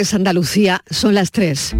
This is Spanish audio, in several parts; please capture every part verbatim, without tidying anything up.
Es Andalucía, son las tres.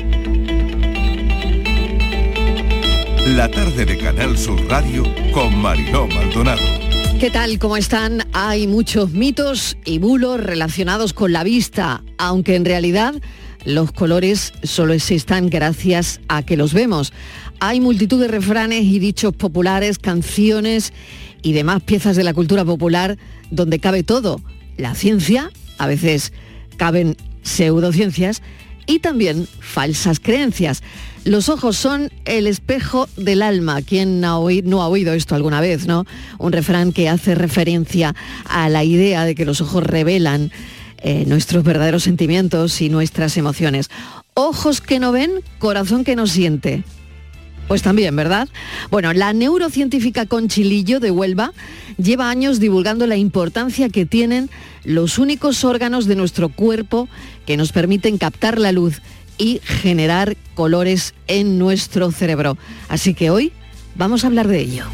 La tarde de Canal Sur Radio con Mariló Maldonado. ¿Qué tal? ¿Cómo están? Hay muchos mitos y bulos relacionados con la vista, aunque en realidad los colores solo existan gracias a que los vemos. Hay multitud de refranes y dichos populares, canciones y demás piezas de la cultura popular donde cabe todo. La ciencia, a veces caben pseudociencias y también falsas creencias. Los ojos son el espejo del alma. ¿Quién no ha oído, no ha oído esto alguna vez, no? Un refrán que hace referencia a la idea de que los ojos revelan eh, nuestros verdaderos sentimientos y nuestras emociones. Ojos que no ven, corazón que no siente. Pues también, ¿verdad? Bueno, la neurocientífica Conchi Lillo de Huelva lleva años divulgando la importancia que tienen los únicos órganos de nuestro cuerpo que nos permiten captar la luz y generar colores en nuestro cerebro. Así que hoy vamos a hablar de ello.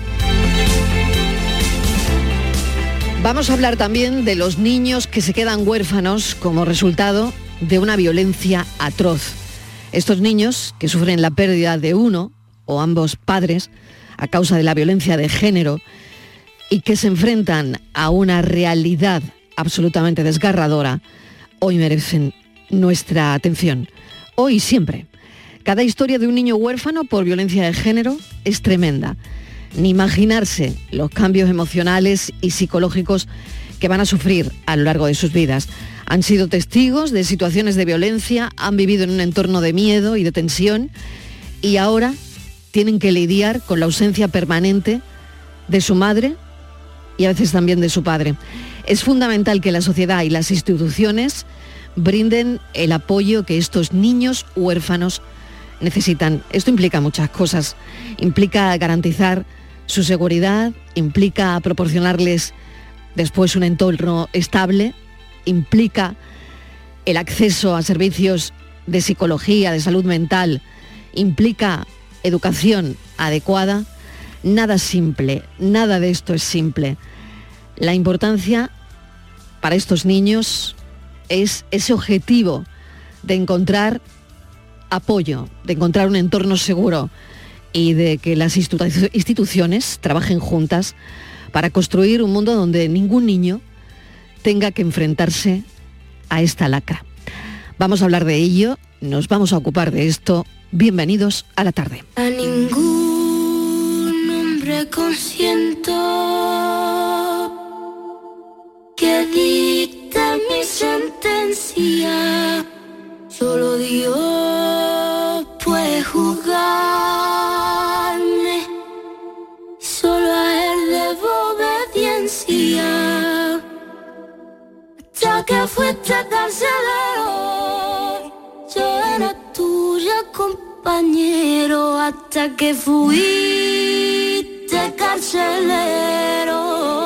Vamos a hablar también de los niños que se quedan huérfanos como resultado de una violencia atroz. Estos niños que sufren la pérdida de uno o ambos padres a causa de la violencia de género y que se enfrentan a una realidad absolutamente desgarradora, hoy merecen nuestra atención. Hoy y siempre. Cada historia de un niño huérfano por violencia de género es tremenda. Ni imaginarse los cambios emocionales y psicológicos que van a sufrir a lo largo de sus vidas. Han sido testigos de situaciones de violencia, han vivido en un entorno de miedo y de tensión y ahora tienen que lidiar con la ausencia permanente de su madre y a veces también de su padre. Es fundamental que la sociedad y las instituciones brinden el apoyo que estos niños huérfanos necesitan. Esto implica muchas cosas. Implica garantizar su seguridad, implica proporcionarles después un entorno estable, implica el acceso a servicios de psicología, de salud mental, implica educación adecuada. Nada simple, nada de esto es simple. La importancia para estos niños es ese objetivo de encontrar apoyo, de encontrar un entorno seguro y de que las institu- instituciones trabajen juntas para construir un mundo donde ningún niño tenga que enfrentarse a esta lacra. Vamos a hablar de ello, nos vamos a ocupar de esto. Bienvenidos a la tarde. A ningún hombre consiento que dicta mi sentencia. Solo Dios puede juzgarme. Solo a Él debo obediencia. Hasta que fuiste carcelero, yo era tuya, compañero, hasta que fuiste carcelero.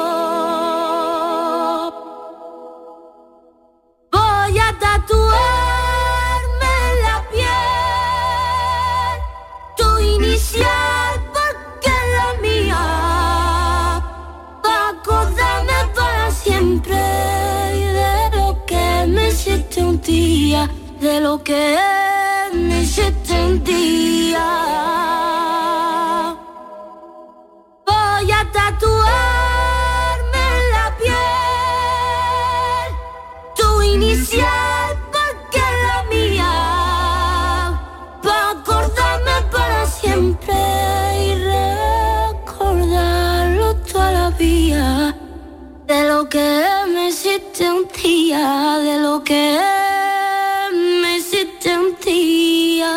Voy a tatuarme en la piel tu inicial porque es la mía, para acordarme para siempre de lo que me hiciste un día, de lo que me hiciste un día. Voy a tatuarme en la piel tu inicial porque es la mía, para acordarme para siempre y recordarlo toda la vida, de lo que me hiciste un día, de lo que me hiciste un día.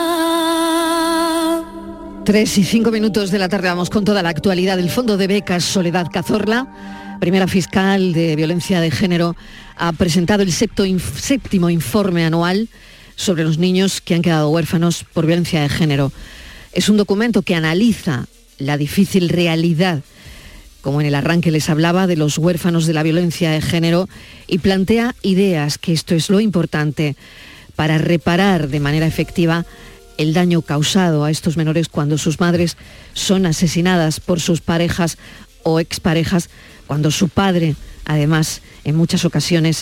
Tres y cinco minutos de la tarde, vamos con toda la actualidad del Fondo de Becas Soledad Cazorla, primera fiscal de violencia de género, ha presentado el septo, inf, séptimo informe anual sobre los niños que han quedado huérfanos por violencia de género. Es un documento que analiza la difícil realidad, como en el arranque les hablaba, de los huérfanos de la violencia de género y plantea ideas, que esto es lo importante, para reparar de manera efectiva el daño causado a estos menores cuando sus madres son asesinadas por sus parejas o exparejas, cuando su padre, además, en muchas ocasiones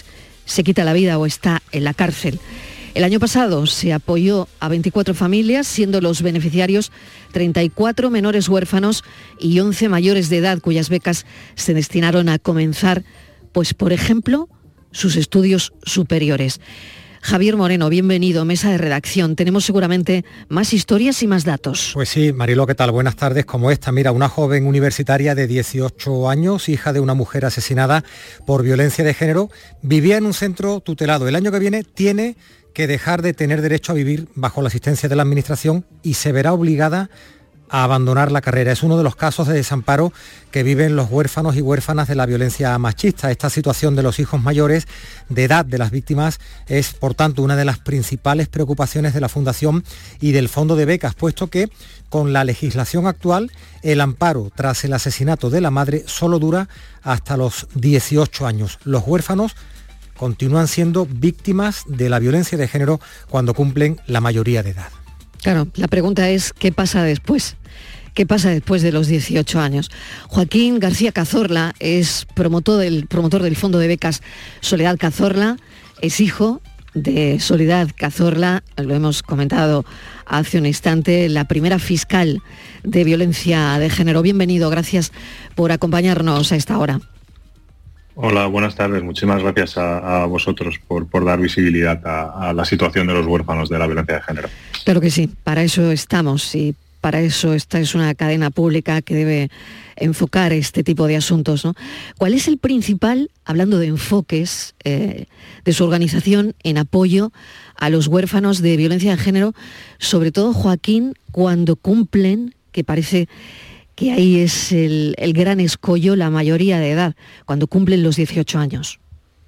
se quita la vida o está en la cárcel. El año pasado se apoyó a veinticuatro familias, siendo los beneficiarios treinta y cuatro menores huérfanos y once mayores de edad, cuyas becas se destinaron a comenzar, pues por ejemplo, sus estudios superiores. Javier Moreno, bienvenido, mesa de redacción. Tenemos seguramente más historias y más datos. Pues sí, Mariló, ¿qué tal? Buenas tardes. Como esta, mira, una joven universitaria de dieciocho años, hija de una mujer asesinada por violencia de género, vivía en un centro tutelado. El año que viene tiene que dejar de tener derecho a vivir bajo la asistencia de la Administración y se verá obligada a abandonar la carrera. Es uno de los casos de desamparo que viven los huérfanos y huérfanas de la violencia machista. Esta situación de los hijos mayores de edad de las víctimas es, por tanto, una de las principales preocupaciones de la Fundación y del Fondo de Becas, puesto que con la legislación actual el amparo tras el asesinato de la madre solo dura hasta los dieciocho años. Los huérfanos continúan siendo víctimas de la violencia de género cuando cumplen la mayoría de edad. Claro, la pregunta es, ¿qué pasa después? ¿Qué pasa después de los dieciocho años? Joaquín García Cazorla es promotor del, promotor del Fondo de Becas Soledad Cazorla, es hijo de Soledad Cazorla, lo hemos comentado hace un instante, la primera fiscal de violencia de género. Bienvenido, gracias por acompañarnos a esta hora. Hola, buenas tardes. Muchísimas gracias a, a vosotros por, por dar visibilidad a, a la situación de los huérfanos de la violencia de género. Claro que sí, para eso estamos y para eso esta es una cadena pública que debe enfocar este tipo de asuntos, ¿no? ¿Cuál es el principal, hablando de enfoques, eh, de su organización en apoyo a los huérfanos de violencia de género, sobre todo, Joaquín, cuando cumplen, que parece que ahí es el, el gran escollo, la mayoría de edad, cuando cumplen los dieciocho años?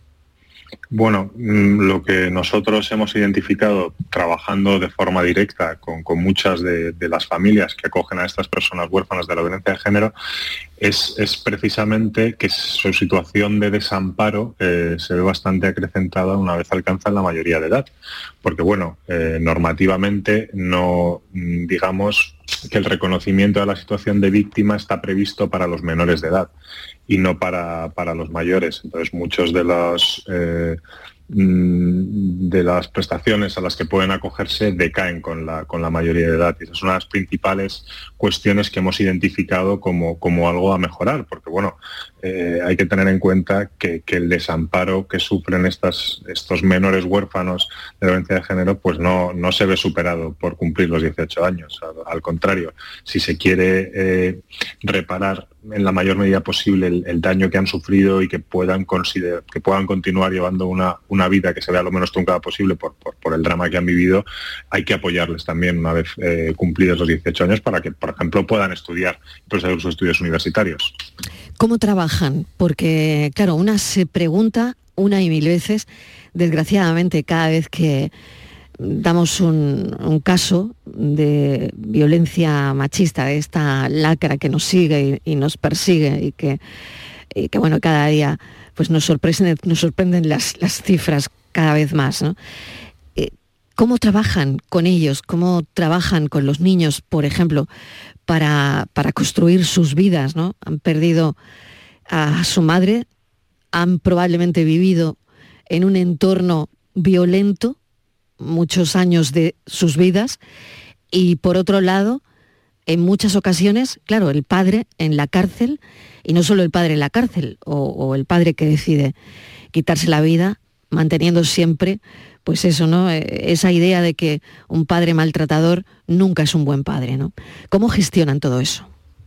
Bueno, lo que nosotros hemos identificado trabajando de forma directa con, con muchas de, de las familias que acogen a estas personas huérfanas de la violencia de género es, es precisamente que su situación de desamparo eh, se ve bastante acrecentada una vez alcanzan la mayoría de edad. Porque, bueno, eh, normativamente no, digamos que el reconocimiento de la situación de víctima está previsto para los menores de edad y no para, para los mayores. Entonces, muchos de los eh, de las prestaciones a las que pueden acogerse decaen con la, con la mayoría de edad. Y esa es una de las principales cuestiones que hemos identificado como, como algo a mejorar, porque bueno, eh, hay que tener en cuenta que, que el desamparo que sufren estas, estos menores huérfanos de violencia de género pues no, no se ve superado por cumplir los dieciocho años. Al, al contrario, si se quiere eh, reparar en la mayor medida posible el, el daño que han sufrido y que puedan considerar, que puedan continuar llevando una, una vida que se vea lo menos truncada posible por, por, por el drama que han vivido, hay que apoyarles también una vez eh, cumplidos los dieciocho años para que, por ejemplo, puedan estudiar y proseguir sus estudios universitarios. ¿Cómo trabajan? Porque, claro, una se pregunta una y mil veces, desgraciadamente, cada vez que damos un, un caso de violencia machista, de esta lacra que nos sigue y, y nos persigue y que, y que, bueno, cada día pues nos sorprenden, nos sorprenden las, las cifras cada vez más, ¿no? Eh, ¿Cómo trabajan con ellos? ¿Cómo trabajan con los niños, por ejemplo, para, para construir sus vidas, ¿no? Han perdido a su madre, han probablemente vivido en un entorno violento muchos años de sus vidas y, por otro lado, en muchas ocasiones, claro, el padre en la cárcel, y no solo el padre en la cárcel o, o el padre que decide quitarse la vida, manteniendo siempre, pues eso, ¿no? Esa idea de que un padre maltratador nunca es un buen padre, ¿no? ¿Cómo gestionan todo eso?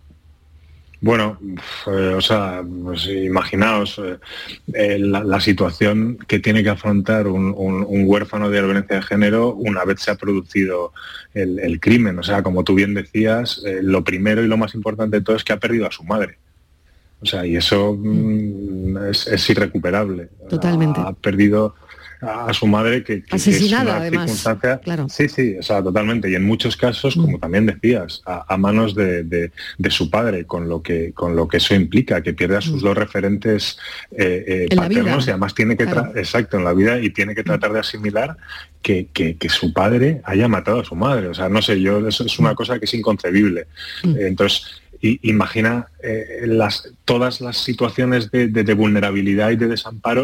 Bueno, eh, o sea, pues imaginaos eh, la, la situación que tiene que afrontar un, un, un huérfano de violencia de género una vez se ha producido el, el crimen. O sea, como tú bien decías, eh, lo primero y lo más importante de todo es que ha perdido a su madre. O sea, y eso mm, es, es irrecuperable. Totalmente. Ha, ha perdido a su madre que, que, asesinada, que es una además, circunstancia, claro. Sí, sí, o sea, totalmente, y en muchos casos, como también decías, a, a manos de, de, de su padre, con lo que con lo que eso implica, que pierde a sus mm. dos referentes eh, eh, paternos y además tiene que, claro. exacto, en la vida, y tiene que tratar de asimilar que, que, que su padre haya matado a su madre. O sea, no sé, yo, eso es una cosa que es inconcebible. Mm. Eh, entonces, y, imagina eh, las, todas las situaciones de, de, de vulnerabilidad y de desamparo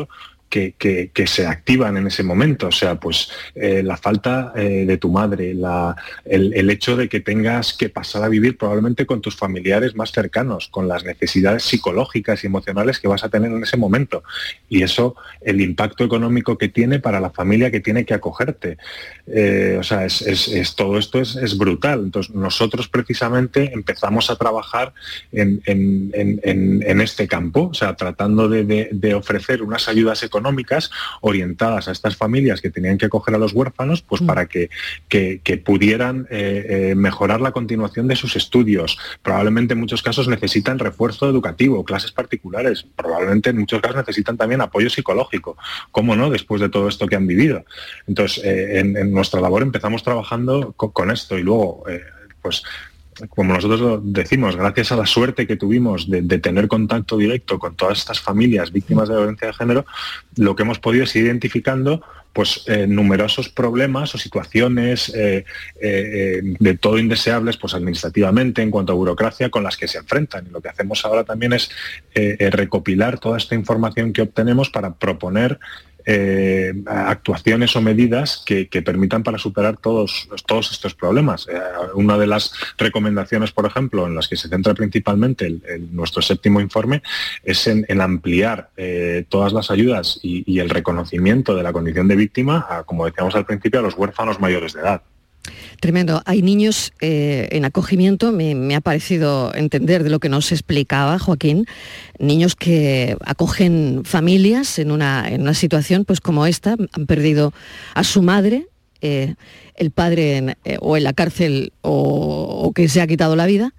que, que, que se activan en ese momento. O sea, pues eh, la falta eh, de tu madre, la, el, el hecho de que tengas que pasar a vivir probablemente con tus familiares más cercanos, con las necesidades psicológicas y emocionales que vas a tener en ese momento. Y eso, el impacto económico que tiene para la familia que tiene que acogerte. Eh, o sea, es, es, es, todo esto es, es brutal. Entonces, nosotros precisamente empezamos a trabajar en, en, en, en, en este campo, o sea, tratando de, de, de ofrecer unas ayudas económicas orientadas a estas familias que tenían que acoger a los huérfanos, pues mm. para que, que, que pudieran eh, eh, mejorar la continuación de sus estudios. Probablemente en muchos casos necesitan refuerzo educativo, clases particulares, probablemente en muchos casos necesitan también apoyo psicológico, ¿cómo no?, después de todo esto que han vivido. Entonces, eh, en, en nuestra labor empezamos trabajando con, con esto y luego, eh, pues, como nosotros lo decimos, gracias a la suerte que tuvimos de, de tener contacto directo con todas estas familias víctimas de la violencia de género, lo que hemos podido es ir identificando pues eh, numerosos problemas o situaciones eh, eh, de todo indeseables, pues administrativamente, en cuanto a burocracia, con las que se enfrentan. Y lo que hacemos ahora también es eh, eh, recopilar toda esta información que obtenemos para proponer Eh, actuaciones o medidas que, que permitan para superar todos, todos estos problemas. Eh, una de las recomendaciones, por ejemplo, en las que se centra principalmente el, el, nuestro séptimo informe, es en, en ampliar eh, todas las ayudas y, y el reconocimiento de la condición de víctima, a, como decíamos al principio, a los huérfanos mayores de edad. Tremendo. Hay niños eh, en acogimiento, me, me ha parecido entender de lo que nos explicaba Joaquín, niños que acogen familias en una, en una situación pues como esta, han perdido a su madre, eh, el padre en, eh, o en la cárcel o, o que se ha quitado la vida,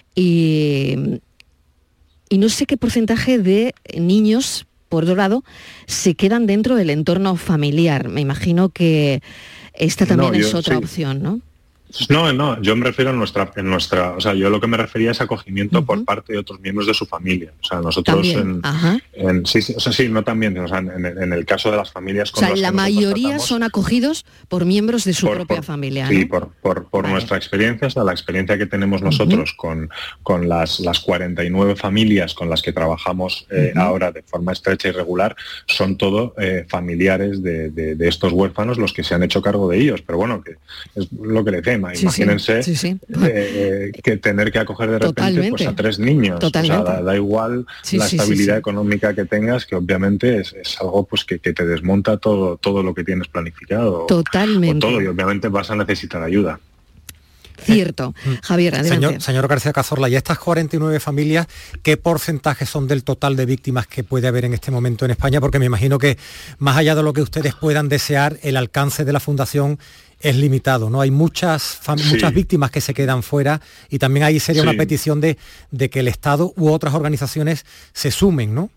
y, y no sé qué porcentaje de niños, por otro lado, se quedan dentro del entorno familiar. Me imagino que esta también no, yo, es otra sí. opción, ¿no? No, no, yo me refiero a nuestra, en nuestra, o sea, yo lo que me refería es acogimiento uh-huh. por parte de otros miembros de su familia. O sea, nosotros en, en sí, sí, o sea, sí, no también, o sea, en, en el caso de las familias con o sea, las la que mayoría tratamos, son acogidos por miembros de su por, propia por, familia, ¿no? Sí, por, por, por vale. nuestra experiencia, o sea, la experiencia que tenemos nosotros uh-huh. con, con las, las cuarenta y nueve familias con las que trabajamos eh, uh-huh. ahora de forma estrecha y regular, son todo eh, familiares de, de, de estos huérfanos los que se han hecho cargo de ellos. Pero bueno, que es lo que le decía, sí, imagínense sí, sí. Eh, que tener que acoger de repente pues, a tres niños. Totalmente. O sea, da, da igual sí, la sí, estabilidad sí, sí. económica que tengas, que obviamente es, es algo pues que, que te desmonta todo, todo lo que tienes planificado. Totalmente. O todo, y obviamente vas a necesitar ayuda. Cierto. Javier, adelante. Señor, señor García Cazorla, ¿y estas cuarenta y nueve familias, qué porcentaje son del total de víctimas que puede haber en este momento en España? Porque me imagino que, más allá de lo que ustedes puedan desear, el alcance de la Fundación es limitado, ¿no? Hay muchas fam- sí. muchas víctimas que se quedan fuera, y también ahí sería sí. una petición de, de que el Estado u otras organizaciones se sumen, ¿no?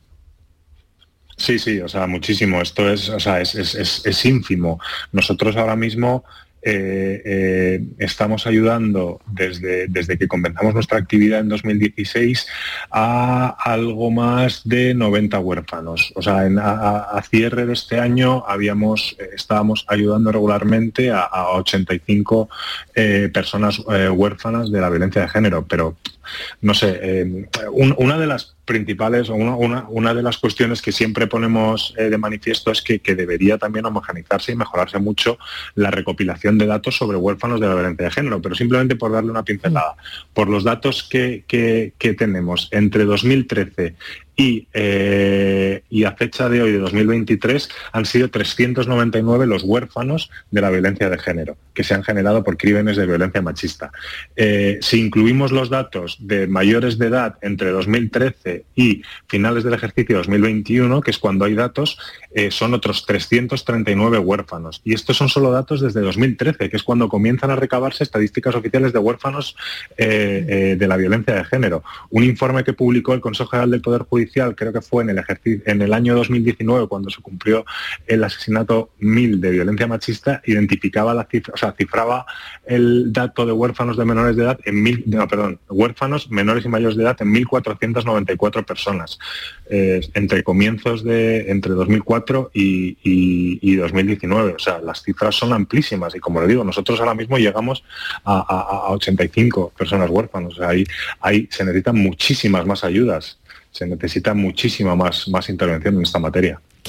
Sí, sí, o sea, muchísimo. Esto es, o sea, es, es, es, es ínfimo. Nosotros ahora mismo Eh, eh, estamos ayudando desde, desde que comenzamos nuestra actividad en dos mil dieciséis a algo más de noventa huérfanos. O sea, en, a, a cierre de este año habíamos, eh, estábamos ayudando regularmente a, a ochenta y cinco eh, personas eh, huérfanas de la violencia de género, pero no sé, eh, un, una de las principales o una, una, una de las cuestiones que siempre ponemos eh, de manifiesto es que, que debería también homogeneizarse y mejorarse mucho la recopilación de datos sobre huérfanos de la violencia de género, pero simplemente por darle una pincelada, por los datos que, que, que tenemos entre dos mil trece y, eh, y a fecha de hoy de dos mil veintitrés han sido trescientos noventa y nueve los huérfanos de la violencia de género que se han generado por crímenes de violencia machista. Eh, si incluimos los datos de mayores de edad entre dos mil trece y finales del ejercicio dos mil veintiuno, que es cuando hay datos, eh, son otros trescientos treinta y nueve huérfanos. Y estos son solo datos desde dos mil trece, que es cuando comienzan a recabarse estadísticas oficiales de huérfanos eh, eh, de la violencia de género. Un informe que publicó el Consejo General del Poder Judicial, creo que fue en el, ejercicio, en el año dos mil diecinueve, cuando se cumplió el asesinato mil de violencia machista, identificaba la cifra, o sea, cifraba el dato de huérfanos de menores de edad en mil, no, perdón, huérfanos menores y mayores de edad en mil cuatrocientas noventa y cuatro personas, eh, entre comienzos de, entre dos mil cuatro y, y, y dos mil diecinueve. O sea, las cifras son amplísimas y, como le digo, nosotros ahora mismo llegamos a, a, a ochenta y cinco personas huérfanos. O sea, ahí, ahí se necesitan muchísimas más ayudas, se necesita muchísima más, más intervención en esta materia.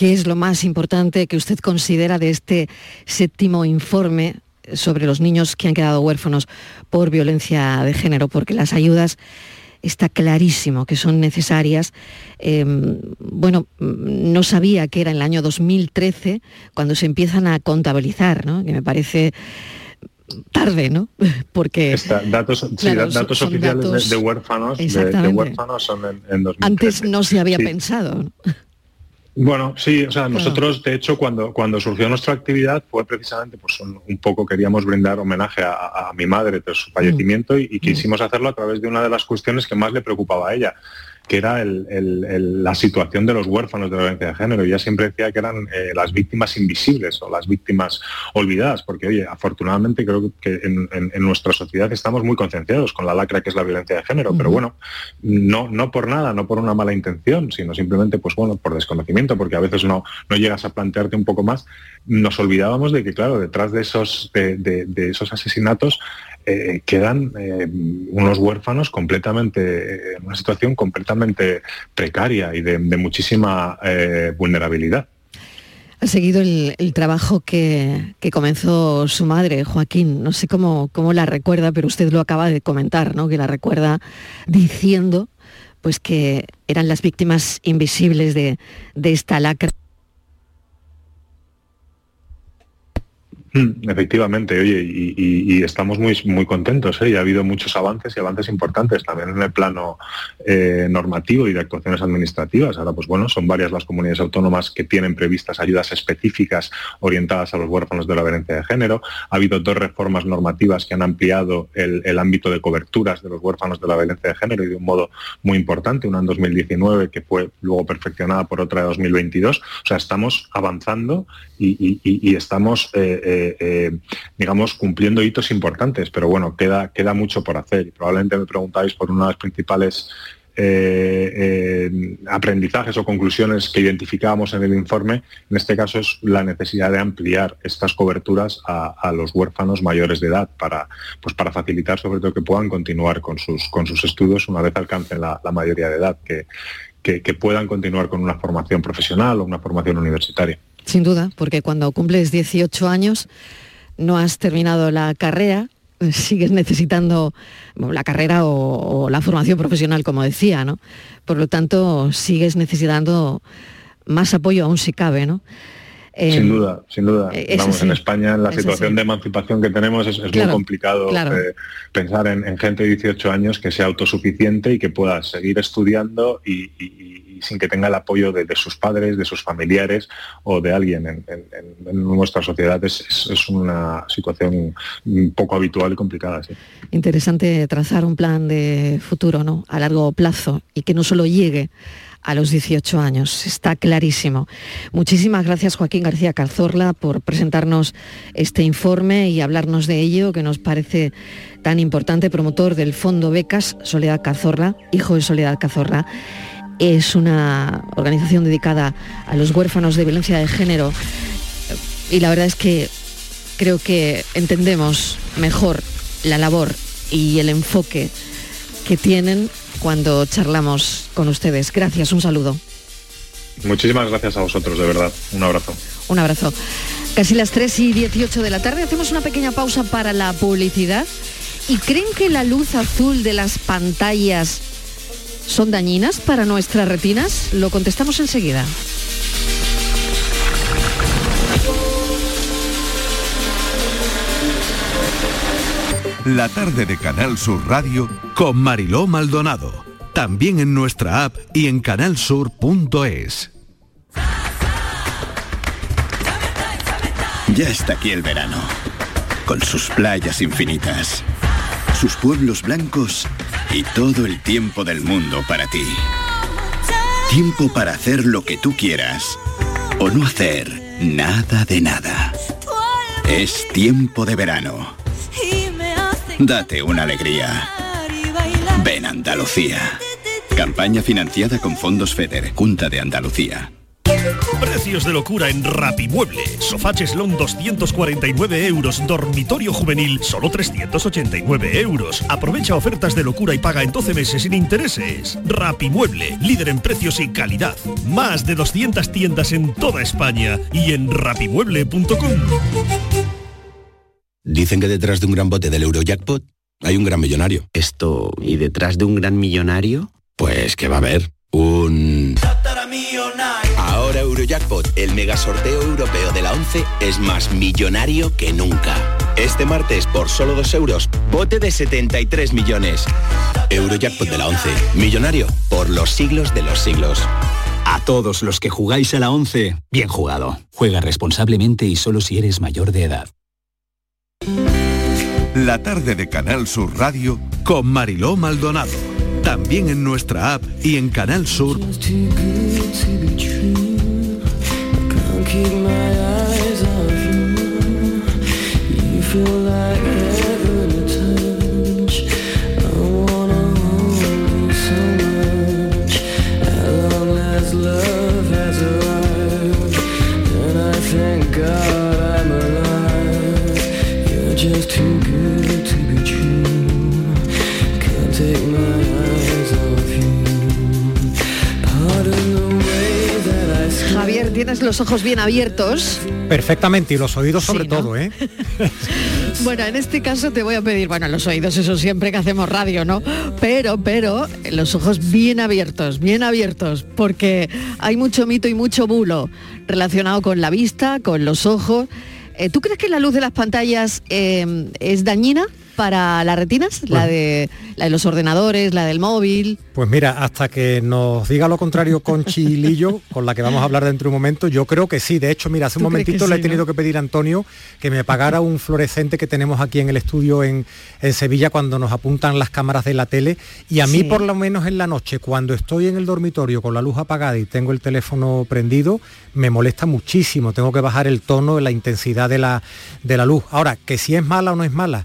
¿qué es lo más importante que usted considera de este séptimo informe sobre los niños que han quedado huérfanos por violencia de género? Porque las ayudas está clarísimo que son necesarias. Eh, bueno, no sabía que era en el año dos mil trece cuando se empiezan a contabilizar, ¿no? Que me parece tarde, ¿no? Porque Está, datos, claro, sí, datos son, oficiales datos, de, de huérfanos, de, de huérfanos son en, en dos mil trece. Antes no se había sí. pensado, ¿no? Bueno, sí, o sea, nosotros de hecho cuando, cuando surgió nuestra actividad fue precisamente, pues un, un poco queríamos brindar homenaje a, a mi madre tras su fallecimiento y, y quisimos hacerlo a través de una de las cuestiones que más le preocupaba a ella, que era el, el, el, la situación de los huérfanos de la violencia de género. Ella siempre decía que eran eh, las víctimas invisibles o las víctimas olvidadas, porque, oye, afortunadamente creo que en, en, en nuestra sociedad estamos muy concienciados con la lacra que es la violencia de género, uh-huh. pero bueno, no, no por nada, no por una mala intención, sino simplemente, pues bueno, por desconocimiento, porque a veces no, no llegas a plantearte un poco más. Nos olvidábamos de que, claro, detrás de esos, de, de, de esos asesinatos Eh, quedan eh, unos huérfanos completamente, en eh, una situación completamente precaria y de, de muchísima eh, vulnerabilidad. Ha seguido el, el trabajo que, que comenzó su madre, Joaquín. No sé cómo, cómo la recuerda, pero usted lo acaba de comentar, ¿no? Que la recuerda diciendo pues que eran las víctimas invisibles de, de esta lacra. Efectivamente, oye, y, y, y estamos muy muy contentos, ¿eh? Y ha habido muchos avances y avances importantes también en el plano eh, normativo y de actuaciones administrativas. Ahora, pues bueno, son varias las comunidades autónomas que tienen previstas ayudas específicas orientadas a los huérfanos de la violencia de género. Ha habido dos reformas normativas que han ampliado el, el ámbito de coberturas de los huérfanos de la violencia de género y de un modo muy importante, una en dos mil diecinueve que fue luego perfeccionada por otra de dos mil veintidós. O sea, estamos avanzando y, y, y estamos... Eh, eh, Eh, digamos, cumpliendo hitos importantes, pero bueno, queda, queda mucho por hacer. Y probablemente me preguntáis por una de las principales eh, eh, aprendizajes o conclusiones que identificábamos en el informe. En este caso es la necesidad de ampliar estas coberturas a, a los huérfanos mayores de edad para, pues para facilitar sobre todo que puedan continuar con sus, con sus estudios una vez alcancen la, la mayoría de edad, que, que, que puedan continuar con una formación profesional o una formación universitaria. Sin duda, porque cuando cumples dieciocho años no has terminado la carrera, sigues necesitando bueno, la carrera o, o la formación profesional, como decía, ¿no? Por lo tanto, sigues necesitando más apoyo aún si cabe, ¿no? Eh, sin duda, sin duda. Vamos, sí, en España, en la situación sí. de emancipación que tenemos, es, es claro, muy complicado claro. eh, pensar en, en gente de dieciocho años que sea autosuficiente y que pueda seguir estudiando y, y, y sin que tenga el apoyo de, de sus padres, de sus familiares o de alguien en, en, en nuestra sociedad. Es, es, es una situación poco habitual y complicada. Sí. Interesante trazar un plan de futuro, ¿no? A largo plazo y que no solo llegue a los dieciocho años, está clarísimo. Muchísimas gracias, Joaquín García Cazorla, por presentarnos este informe y hablarnos de ello, que nos parece tan importante. Promotor del Fondo Becas Soledad Cazorla, hijo de Soledad Cazorla. Es una organización dedicada a los huérfanos de violencia de género y la verdad es que creo que entendemos mejor la labor y el enfoque que tienen cuando charlamos con ustedes. Gracias, un saludo. Muchísimas gracias a vosotros, de verdad. Un abrazo. Un abrazo. Casi las tres y dieciocho de la tarde, hacemos una pequeña pausa para la publicidad. ¿Y creen que la luz azul de las pantallas son dañinas para nuestras retinas? Lo contestamos enseguida. La tarde de Canal Sur Radio con Mariló Maldonado. También en nuestra app y en canal sur punto es. Ya está aquí el verano, con sus playas infinitas, sus pueblos blancos y todo el tiempo del mundo para ti. Tiempo para hacer lo que tú quieras o no hacer nada de nada. Es tiempo de verano. Date una alegría. Ven Andalucía. Campaña financiada con fondos FEDER, Junta de Andalucía. Precios de locura en Rapimueble. Sofá cheslón doscientos cuarenta y nueve euros. Dormitorio juvenil solo trescientos ochenta y nueve euros. Aprovecha ofertas de locura y paga en doce meses sin intereses. Rapimueble, líder en precios y calidad. Más de doscientas tiendas en toda España y en rapimueble punto com. Dicen que detrás de un gran bote del Eurojackpot hay un gran millonario. Esto, ¿y detrás de un gran millonario? Pues que va a haber un... Ahora Eurojackpot, el mega sorteo europeo de la once, es más millonario que nunca. Este martes, por solo dos euros, bote de setenta y tres millones. Eurojackpot de la once, millonario por los siglos de los siglos. A todos los que jugáis a la once, bien jugado. Juega responsablemente y solo si eres mayor de edad. La tarde de Canal Sur Radio con Mariló Maldonado. También en nuestra app y en Canal Sur. Javier, tienes los ojos bien abiertos. Perfectamente, y los oídos sobre sí, ¿no? todo, ¿eh? Bueno, en este caso te voy a pedir, bueno, los oídos, eso siempre que hacemos radio, ¿no? Pero, pero, los ojos bien abiertos, bien abiertos, porque hay mucho mito y mucho bulo relacionado con la vista, con los ojos. Eh, ¿Tú crees que la luz de las pantallas eh, es dañina para las retinas? Pues, la, de, la de los ordenadores, la del móvil. Pues mira, hasta que nos diga lo contrario Conchi Lillo, con la que vamos a hablar dentro de un momento, yo creo que sí. De hecho, mira, hace un momentito le he tenido ¿no? que pedir a Antonio que me pagara un fluorescente que tenemos aquí en el estudio en, en Sevilla cuando nos apuntan las cámaras de la tele. Y a mí, sí. por lo menos en la noche, cuando estoy en el dormitorio con la luz apagada y tengo el teléfono prendido, me molesta muchísimo. Tengo que bajar el tono, la intensidad de la, de la luz. Ahora, que si es mala o no es mala,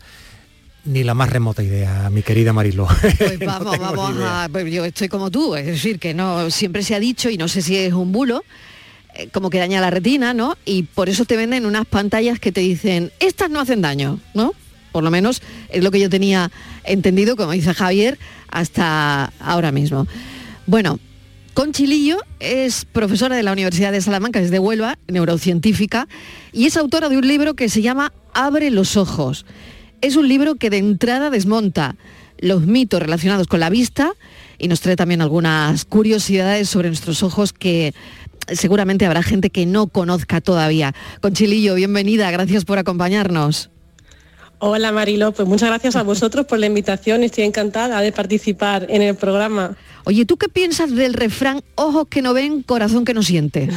ni la más remota idea, mi querida Mariló. Pues vamos, no vamos a... Pues yo estoy como tú, es decir, que no siempre se ha dicho, y no sé si es un bulo, eh, como que daña la retina, ¿no? Y por eso te venden unas pantallas que te dicen, estas no hacen daño, ¿no? Por lo menos es lo que yo tenía entendido, como dice Javier, hasta ahora mismo. Bueno, Conchi Lillo es profesora de la Universidad de Salamanca, es de Huelva, neurocientífica, y es autora de un libro que se llama Abre los ojos. Es un libro que de entrada desmonta los mitos relacionados con la vista y nos trae también algunas curiosidades sobre nuestros ojos que seguramente habrá gente que no conozca todavía. Conchi Lillo, bienvenida, gracias por acompañarnos. Hola Mariló, pues muchas gracias a vosotros por la invitación, estoy encantada de participar en el programa. Oye, ¿tú qué piensas del refrán ojos que no ven, corazón que no siente?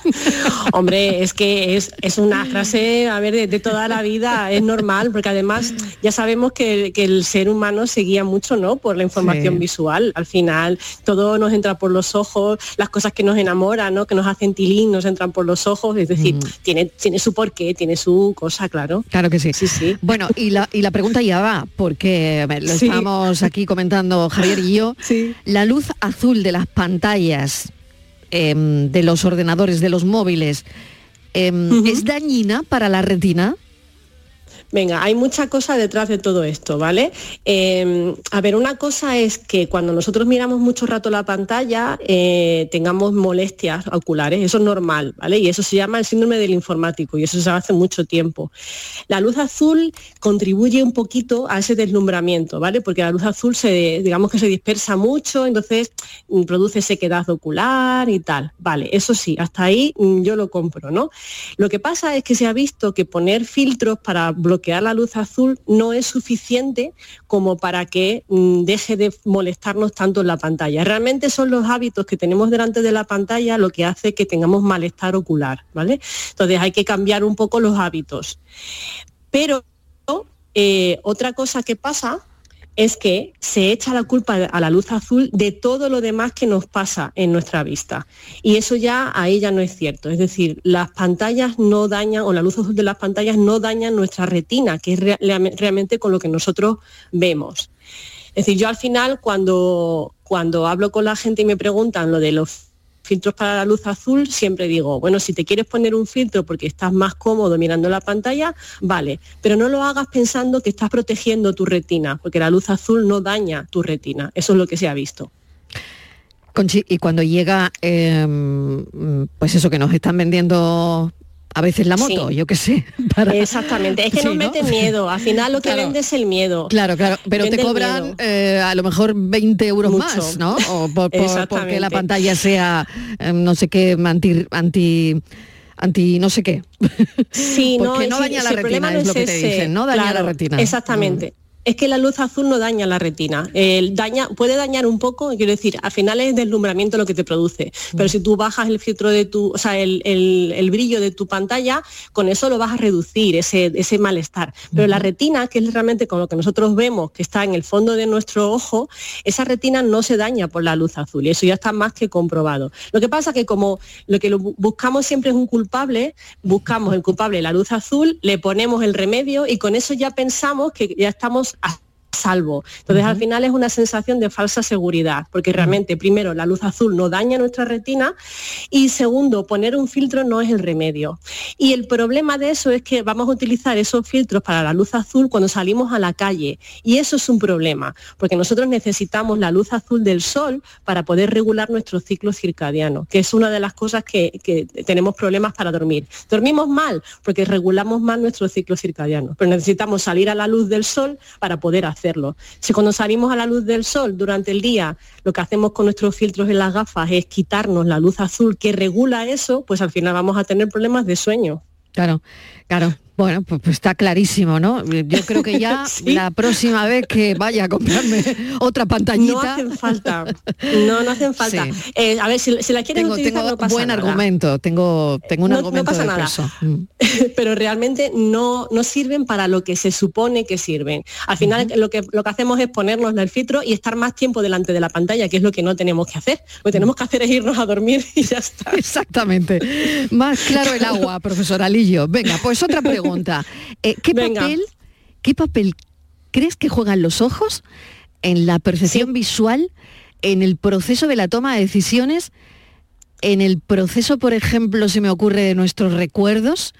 Hombre, es que es, es una frase, a ver, de, de toda la vida, es normal, porque además ya sabemos que, que el ser humano se guía mucho, ¿no?, por la información sí. visual. Al final todo nos entra por los ojos, las cosas que nos enamoran, ¿no?, que nos hacen tilín, nos entran por los ojos, es decir, mm. tiene, tiene su porqué, tiene su cosa, claro. Claro que sí. Sí, sí. Bueno, y la, y la pregunta ya va, porque lo sí. estábamos aquí comentando Javier y yo, sí. la luz azul de las pantallas, Eh, de los ordenadores, de los móviles, eh, uh-huh. ¿es dañina para la retina? Venga, hay mucha cosa detrás de todo esto, ¿vale? Eh, a ver, una cosa es que cuando nosotros miramos mucho rato la pantalla eh, tengamos molestias oculares, eso es normal, ¿vale? Y eso se llama el síndrome del informático y eso se sabe hace mucho tiempo. La luz azul contribuye un poquito a ese deslumbramiento, ¿vale? Porque la luz azul se, digamos que se dispersa mucho, entonces produce sequedad ocular y tal, vale, eso sí, hasta ahí yo lo compro, ¿no? Lo que pasa es que se ha visto que poner filtros para bloquear bloquear la luz azul no es suficiente como para que mm, deje de molestarnos tanto en la pantalla. Realmente son los hábitos que tenemos delante de la pantalla lo que hace que tengamos malestar ocular, ¿vale? Entonces hay que cambiar un poco los hábitos. Pero eh, otra cosa que pasa es que se echa la culpa a la luz azul de todo lo demás que nos pasa en nuestra vista. Y eso ya, ahí ya no es cierto. Es decir, las pantallas no dañan, o la luz azul de las pantallas no dañan nuestra retina, que es re- realmente con lo que nosotros vemos. Es decir, yo al final, cuando, cuando hablo con la gente y me preguntan lo de los filtros para la luz azul, siempre digo, bueno, si te quieres poner un filtro porque estás más cómodo mirando la pantalla, vale, pero no lo hagas pensando que estás protegiendo tu retina, porque la luz azul no daña tu retina, eso es lo que se ha visto. Conchi, y cuando llega, eh, pues eso que nos están vendiendo a veces la moto, sí. yo qué sé. Para... Exactamente, es que sí, nos meten ¿no? miedo, al final lo que claro. vende es el miedo. Claro, claro, pero vende te cobran eh, a lo mejor veinte euros Mucho. más, ¿no? O por, por, porque la pantalla sea, eh, no sé qué, anti... anti anti no sé qué. Sí, porque no, no daña si, la si retina, es, es lo que ese. te dicen, no daña claro, la retina. Exactamente. Mm. Es que la luz azul no daña la retina, eh, daña, puede dañar un poco, quiero decir, al final es deslumbramiento lo que te produce, pero si tú bajas el filtro de tu, o sea, el, el, el brillo de tu pantalla, con eso lo vas a reducir, ese, ese malestar. Pero la retina, que es realmente con lo que nosotros vemos, que está en el fondo de nuestro ojo, esa retina no se daña por la luz azul, y eso ya está más que comprobado. Lo que pasa que como lo que lo buscamos siempre es un culpable, buscamos el culpable, la luz azul, le ponemos el remedio y con eso ya pensamos que ya estamos a salvo. Entonces, uh-huh. al final es una sensación de falsa seguridad, porque realmente, primero, la luz azul no daña nuestra retina y segundo, poner un filtro no es el remedio. Y el problema de eso es que vamos a utilizar esos filtros para la luz azul cuando salimos a la calle y eso es un problema, porque nosotros necesitamos la luz azul del sol para poder regular nuestro ciclo circadiano, que es una de las cosas que, que tenemos problemas para dormir. Dormimos mal porque regulamos mal nuestro ciclo circadiano, pero necesitamos salir a la luz del sol para poder hacerlo. hacerlo. Si cuando salimos a la luz del sol durante el día, lo que hacemos con nuestros filtros en las gafas es quitarnos la luz azul que regula eso, pues al final vamos a tener problemas de sueño. Claro, claro. Bueno, pues, pues está clarísimo, ¿no? Yo creo que ya ¿Sí? la próxima vez que vaya a comprarme otra pantallita... No hacen falta, no, no hacen falta. Sí. Eh, a ver, si, si la quieres tengo, utilizar tengo no pasa buen nada. argumento, tengo, tengo un no, argumento no pasa de nada. peso. Pero realmente no, no sirven para lo que se supone que sirven. Al final uh-huh. lo, que, lo que hacemos es ponernos el filtro y estar más tiempo delante de la pantalla, que es lo que no tenemos que hacer. Lo que tenemos que hacer es irnos a dormir y ya está. Exactamente. Más claro el agua, profesor Alillo. Venga, pues otra pregunta. Eh, ¿qué, papel, ¿Qué papel crees que juegan los ojos en la percepción sí. visual, en el proceso de la toma de decisiones, en el proceso, por ejemplo, se me ocurre, de nuestros recuerdos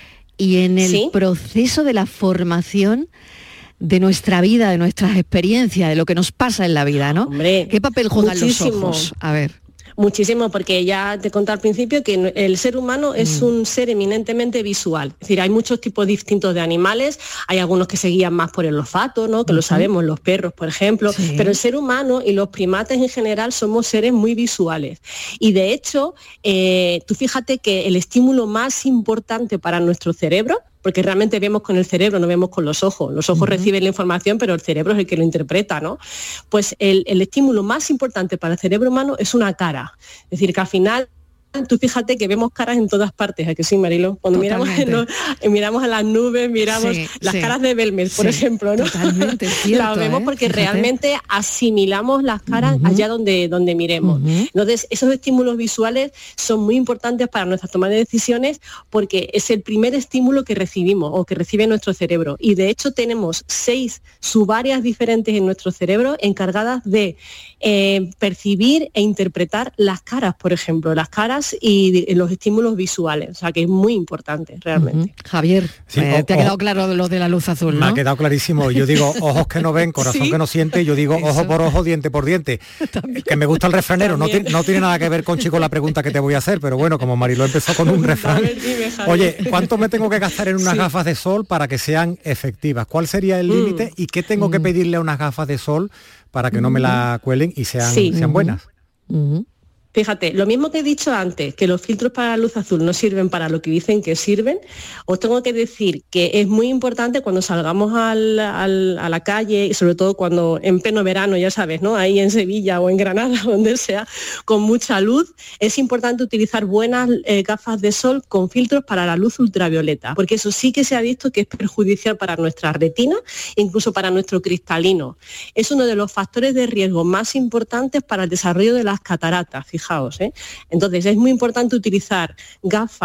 y en el ¿Sí? proceso de la formación de nuestra vida, de nuestras experiencias, de lo que nos pasa en la vida, ¿no? Hombre, ¿qué papel juegan muchísimo. los ojos? A ver. Muchísimo, porque ya te conté al principio que el ser humano es un ser eminentemente visual. Es decir, hay muchos tipos distintos de animales, hay algunos que se guían más por el olfato, ¿no? Que uh-huh. lo sabemos, los perros, por ejemplo, sí. pero el ser humano y los primates en general somos seres muy visuales. Y de hecho, eh, tú fíjate que el estímulo más importante para nuestro cerebro, porque realmente vemos con el cerebro, no vemos con los ojos. Los ojos uh-huh. reciben la información, pero el cerebro es el que lo interpreta, ¿no? Pues el, el estímulo más importante para el cerebro humano es una cara. Es decir, que al final, tú fíjate que vemos caras en todas partes, ¿a que sí, Marilo? Cuando miramos, en los, miramos a las nubes, miramos sí, las sí. caras de Belmez, por sí, ejemplo, ¿no? Totalmente cierto, las vemos ¿eh? porque Fíjate. realmente asimilamos las caras uh-huh. allá donde, donde miremos. Uh-huh. Entonces, esos estímulos visuales son muy importantes para nuestra toma de decisiones porque es el primer estímulo que recibimos o que recibe nuestro cerebro. Y de hecho tenemos seis subáreas diferentes en nuestro cerebro encargadas de eh, percibir e interpretar las caras, por ejemplo, las caras y los estímulos visuales, o sea que es muy importante realmente. Uh-huh. Javier, sí, eh, o, te ha quedado claro lo de la luz azul, ¿no? Me ha quedado clarísimo. Yo digo ojos que no ven, corazón ¿Sí? que no siente, yo digo Eso. ojo por ojo, diente por diente. También. Que me gusta el refranero, no, t- no tiene nada que ver con chico la pregunta que te voy a hacer, pero bueno, como Mariló empezó con un refrán. Ver, dime, Oye, ¿cuánto me tengo que gastar en unas sí. gafas de sol para que sean efectivas? ¿Cuál sería el límite mm. y qué tengo mm. que pedirle a unas gafas de sol para que no me la cuelen y sean, sí. sean buenas? Uh-huh. Fíjate, lo mismo que he dicho antes, que los filtros para la luz azul no sirven para lo que dicen que sirven, os tengo que decir que es muy importante cuando salgamos al, al, a la calle, y sobre todo cuando en pleno verano, ya sabes, ¿no? Ahí en Sevilla o en Granada, donde sea, con mucha luz, es importante utilizar buenas eh, gafas de sol con filtros para la luz ultravioleta, porque eso sí que se ha visto que es perjudicial para nuestra retina, incluso para nuestro cristalino. Es uno de los factores de riesgo más importantes para el desarrollo de las cataratas, fíjate. Fijaos, ¿eh? Entonces es muy importante utilizar gafas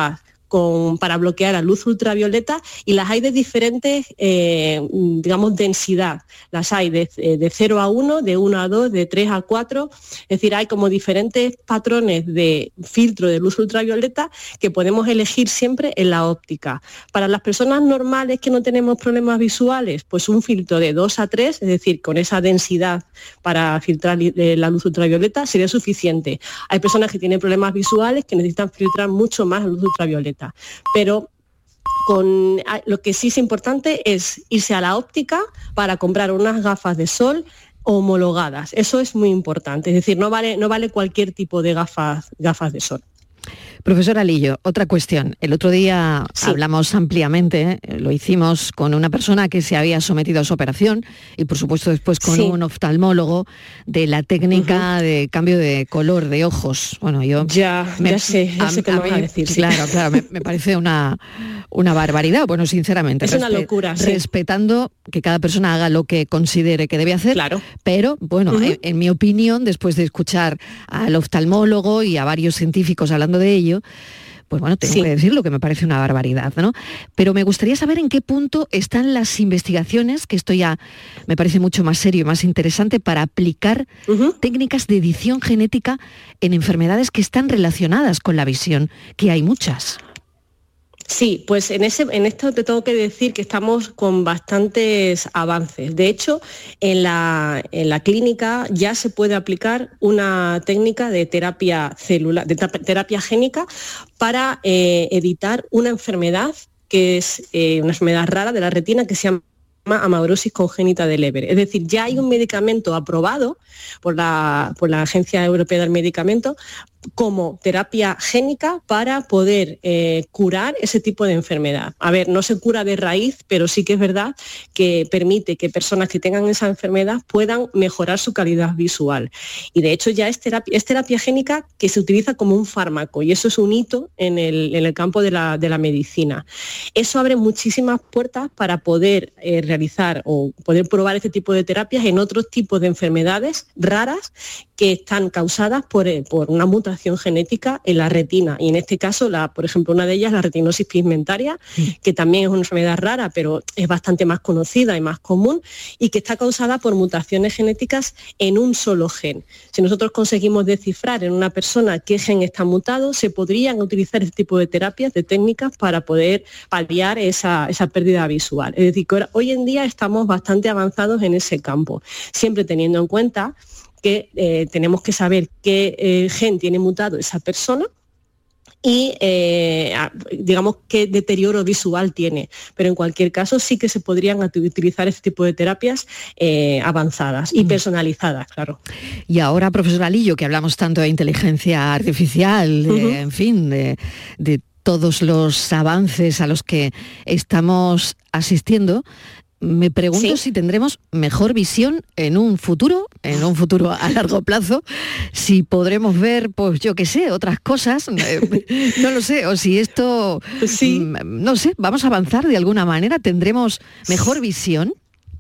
con, para bloquear la luz ultravioleta, y las hay de diferentes, eh, digamos, densidad. Las hay de, de cero a uno, de uno a dos, de tres a cuatro, es decir, hay como diferentes patrones de filtro de luz ultravioleta que podemos elegir siempre en la óptica. Para las personas normales que no tenemos problemas visuales, pues un filtro de dos a tres, es decir, con esa densidad para filtrar la luz ultravioleta sería suficiente. Hay personas que tienen problemas visuales que necesitan filtrar mucho más la luz ultravioleta. Pero con, lo que sí es importante es irse a la óptica para comprar unas gafas de sol homologadas. Eso es muy importante. Es decir, no vale, no vale cualquier tipo de gafas, gafas de sol. Profesora Lillo, otra cuestión. El otro día sí. hablamos ampliamente, eh, lo hicimos con una persona que se había sometido a su operación y por supuesto después con sí. un oftalmólogo de la técnica uh-huh. de cambio de color de ojos. Bueno, yo... Ya, me, ya sé, ya sé qué me vas a decir. Sí. Claro, claro, me, me parece una, una barbaridad. Bueno, sinceramente. Es respe- una locura, sí. Respetando que cada persona haga lo que considere que debe hacer. Claro. Pero, bueno, uh-huh. en, en mi opinión, después de escuchar al oftalmólogo y a varios científicos hablando de ello, pues bueno, tengo sí. que decirlo, que me parece una barbaridad, ¿no? Pero me gustaría saber en qué punto están las investigaciones, que esto ya me parece mucho más serio y más interesante, para aplicar uh-huh. técnicas de edición genética en enfermedades que están relacionadas con la visión, que hay muchas. Sí, pues en, ese, en esto te tengo que decir que estamos con bastantes avances. De hecho, en la, en la clínica ya se puede aplicar una técnica de terapia celular, de terapia génica para eh, editar una enfermedad que es eh, una enfermedad rara de la retina que se llama amaurosis congénita de Leber. Es decir, ya hay un medicamento aprobado por la, por la Agencia Europea del Medicamento como terapia génica para poder eh, curar ese tipo de enfermedad. A ver, no se cura de raíz, pero sí que es verdad que permite que personas que tengan esa enfermedad puedan mejorar su calidad visual. Y de hecho ya es terapia, es terapia génica que se utiliza como un fármaco, y eso es un hito en el, en el campo de la, de la medicina. Eso abre muchísimas puertas para poder eh, realizar o poder probar este tipo de terapias en otros tipos de enfermedades raras que están causadas por, por una mutación genética en la retina, y en este caso, la, por ejemplo, una de ellas, la retinosis pigmentaria, sí. que también es una enfermedad rara, pero es bastante más conocida y más común, y que está causada por mutaciones genéticas en un solo gen. Si nosotros conseguimos descifrar en una persona qué gen está mutado, se podrían utilizar este tipo de terapias, de técnicas, para poder paliar esa, esa pérdida visual. Es decir, que hoy en día estamos bastante avanzados en ese campo, siempre teniendo en cuenta que eh, tenemos que saber qué eh, gen tiene mutado esa persona y eh, digamos qué deterioro visual tiene, pero en cualquier caso sí que se podrían utilizar este tipo de terapias eh, avanzadas y personalizadas, claro. Y ahora, profesora Lillo, que hablamos tanto de inteligencia artificial, de, uh-huh. en fin, de, de todos los avances a los que estamos asistiendo, me pregunto ¿Sí? si tendremos mejor visión en un futuro, en un futuro a largo plazo, si podremos ver, pues yo qué sé, otras cosas, no lo sé, o si esto, sí. no sé, vamos a avanzar de alguna manera, ¿tendremos mejor visión?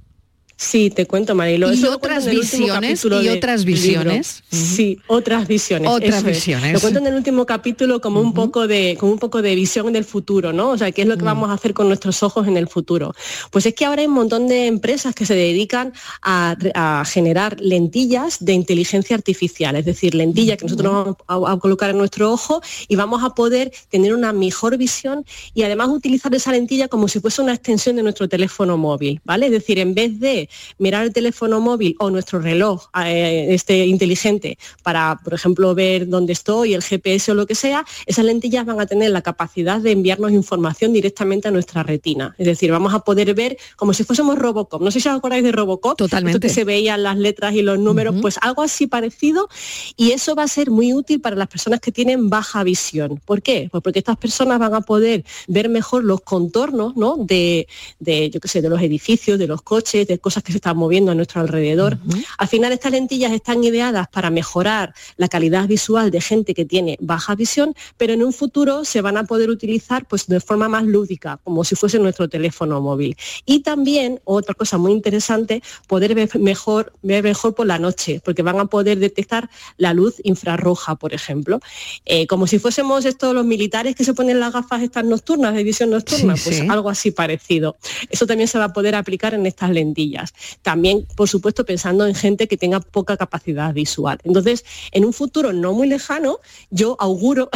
Sí, te cuento, Marilo. Y Eso otras visiones, y otras visiones. Uh-huh. Sí, otras visiones. Otras visiones. Es. Lo cuento en el último capítulo como uh-huh. un poco de, como un poco de visión del futuro, ¿no? O sea, qué es lo que uh-huh. vamos a hacer con nuestros ojos en el futuro. Pues es que ahora hay un montón de empresas que se dedican a, a generar lentillas de inteligencia artificial, es decir, lentillas que nosotros uh-huh. vamos a, a colocar en nuestro ojo y vamos a poder tener una mejor visión y además utilizar esa lentilla como si fuese una extensión de nuestro teléfono móvil, ¿vale? Es decir, en vez de mirar el teléfono móvil o nuestro reloj eh, este inteligente para, por ejemplo, ver dónde estoy, el G P S o lo que sea, esas lentillas van a tener la capacidad de enviarnos información directamente a nuestra retina. Es decir, vamos a poder ver como si fuésemos Robocop. No sé si os acordáis de Robocop. Totalmente. Esto que se veían las letras y los números, uh-huh. pues algo así parecido, y eso va a ser muy útil para las personas que tienen baja visión. ¿Por qué? Pues porque estas personas van a poder ver mejor los contornos, ¿no? de, de, yo qué sé, de los edificios, de los coches, de cosas cosas que se están moviendo a nuestro alrededor. Uh-huh. Al final estas lentillas están ideadas para mejorar la calidad visual de gente que tiene baja visión, pero en un futuro se van a poder utilizar pues de forma más lúdica, como si fuese nuestro teléfono móvil. Y también, otra cosa muy interesante, poder ver mejor, ver mejor por la noche, porque van a poder detectar la luz infrarroja, por ejemplo. Eh, como si fuésemos estos los militares que se ponen las gafas estas nocturnas, de visión nocturna, sí, pues sí. Algo así parecido. Eso también se va a poder aplicar en estas lentillas. También, por supuesto, pensando en gente que tenga poca capacidad visual. Entonces, en un futuro no muy lejano, yo auguro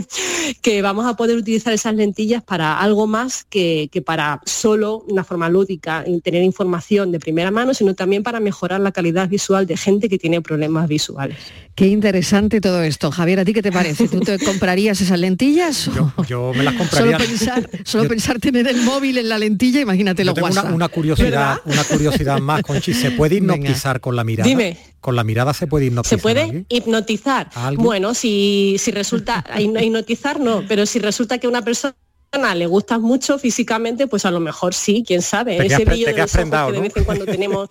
que vamos a poder utilizar esas lentillas para algo más que, que para solo una forma lúdica y tener información de primera mano, sino también para mejorar la calidad visual de gente que tiene problemas visuales. Qué interesante todo esto. Javier, ¿a ti qué te parece? ¿Tú te comprarías esas lentillas? Yo, yo me las compraría. Solo pensar, solo yo... pensar tener el móvil en la lentilla, imagínate lo guasa. Una, una curiosidad, una curiosidad más, Conchi. ¿Se puede hipnotizar Venga. con la mirada? Dime. ¿Con la mirada se puede hipnotizar? ¿Se puede hipnotizar? Bueno, si, si resulta, hipnotizar no, pero si resulta que una persona le gusta mucho físicamente, pues a lo mejor sí, quién sabe. Te Ese has, brillo de los prendado, ojos que ¿no? de vez en cuando tenemos.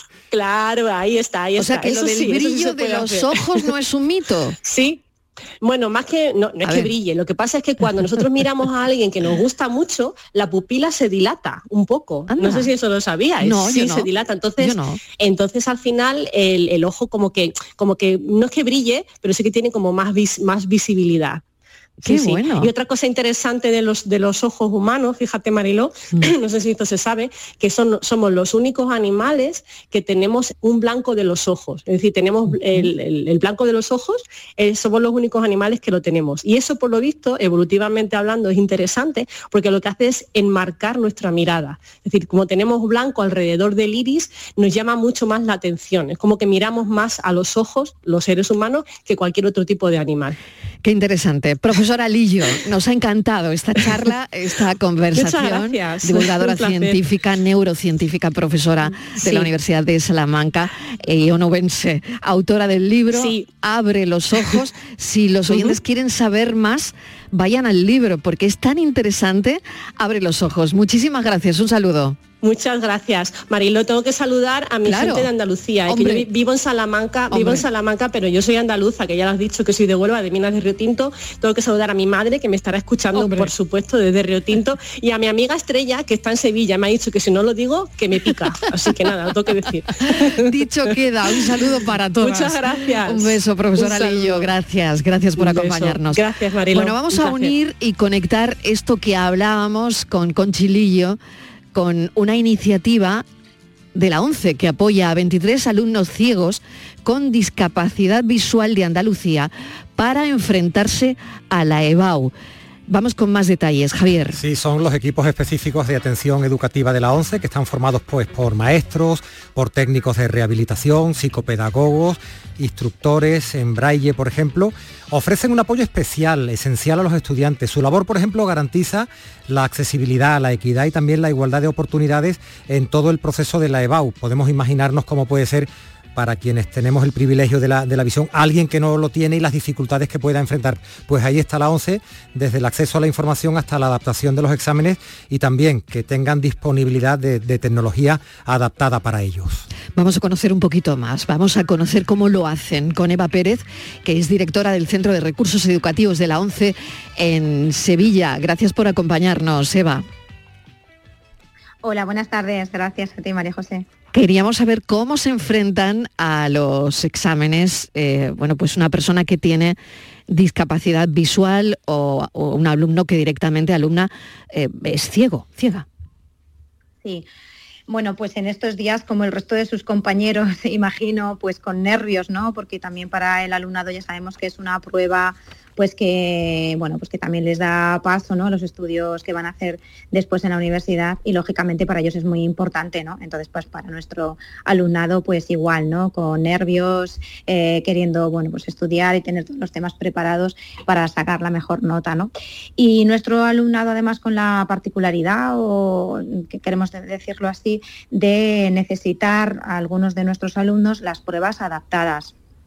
Claro, ahí está, ahí o está. O sea que eso lo del sí, brillo sí de los hacer. ojos no es un mito. Sí. Bueno, más que, no, no es a que ver. brille, lo que pasa es que cuando nosotros miramos a alguien que nos gusta mucho, la pupila se dilata un poco. Anda. No sé si eso lo sabíais. No, sí, no. se dilata. Entonces, no. entonces al final el, el ojo como que, como que no es que brille, pero sí que tiene como más, vis, más visibilidad. Qué sí, bueno. Sí. Y otra cosa interesante de los, de los ojos humanos, fíjate Mariló, mm. no sé si esto se sabe, que son, somos los únicos animales que tenemos un blanco de los ojos. Es decir, tenemos mm. el, el, el blanco de los ojos, eh, somos los únicos animales que lo tenemos. Y eso, por lo visto, evolutivamente hablando, es interesante porque lo que hace es enmarcar nuestra mirada. Es decir, como tenemos blanco alrededor del iris, nos llama mucho más la atención. Es como que miramos más a los ojos, los seres humanos, que cualquier otro tipo de animal. Qué interesante. Profesora Lillo, nos ha encantado esta charla, esta conversación. Muchas gracias. Divulgadora científica, neurocientífica, profesora sí. de la Universidad de Salamanca y onubense, autora del libro sí. Abre los ojos. Si los oyentes uh-huh. quieren saber más, vayan al libro porque es tan interesante. Abre los ojos. Muchísimas gracias. Un saludo. Muchas gracias. Marilo, tengo que saludar a mi claro. gente de Andalucía. Es que yo vivo en Salamanca, Hombre. vivo en Salamanca, pero yo soy andaluza, que ya lo has dicho que soy de Huelva, de Minas de Río Tinto. Tengo que saludar a mi madre, que me estará escuchando, Hombre. por supuesto, desde Río Tinto, y a mi amiga Estrella, que está en Sevilla. Me ha dicho que si no lo digo, que me pica. Así que nada, lo tengo que decir. Dicho queda, un saludo para todos. Muchas gracias. Un beso, profesora un Lillo. Gracias, gracias por un acompañarnos. Beso. Gracias, Marilo. Bueno, vamos a unir y conectar esto que hablábamos con Conchi Lillo, con una iniciativa de la ONCE que apoya a veintitrés alumnos ciegos con discapacidad visual de Andalucía para enfrentarse a la EBAU. Vamos con más detalles, Javier. Sí, son los equipos específicos de atención educativa de la ONCE que están formados pues, por maestros, por técnicos de rehabilitación, psicopedagogos, instructores en braille, por ejemplo. Ofrecen un apoyo especial, esencial a los estudiantes. Su labor, por ejemplo, garantiza la accesibilidad, la equidad y también la igualdad de oportunidades en todo el proceso de la EBAU. Podemos imaginarnos cómo puede ser para quienes tenemos el privilegio de la, de la visión, alguien que no lo tiene y las dificultades que pueda enfrentar. Pues ahí está la ONCE, desde el acceso a la información hasta la adaptación de los exámenes y también que tengan disponibilidad de, de tecnología adaptada para ellos. Vamos a conocer un poquito más, vamos a conocer cómo lo hacen con Eva Pérez, que es directora del Centro de Recursos Educativos de la ONCE en Sevilla. Gracias por acompañarnos, Eva. Hola, buenas tardes. Gracias a ti, María José. Queríamos saber cómo se enfrentan a los exámenes, eh, bueno, pues una persona que tiene discapacidad visual o, o un alumno que directamente, alumna, eh, es ciego, ciega. Sí. Bueno, pues en estos días, como el resto de sus compañeros, imagino, pues con nervios, ¿no? Porque también para el alumnado ya sabemos que es una prueba pues que bueno pues que también les da paso, ¿no?, a los estudios que van a hacer después en la universidad y lógicamente para ellos es muy importante, ¿no? Entonces pues para nuestro alumnado pues igual, ¿no?, con nervios, eh, queriendo bueno pues estudiar y tener todos los temas preparados para sacar la mejor nota, ¿no? Y nuestro alumnado además con la particularidad, o que queremos decirlo así, de necesitar a algunos de nuestros alumnos las pruebas adaptadas.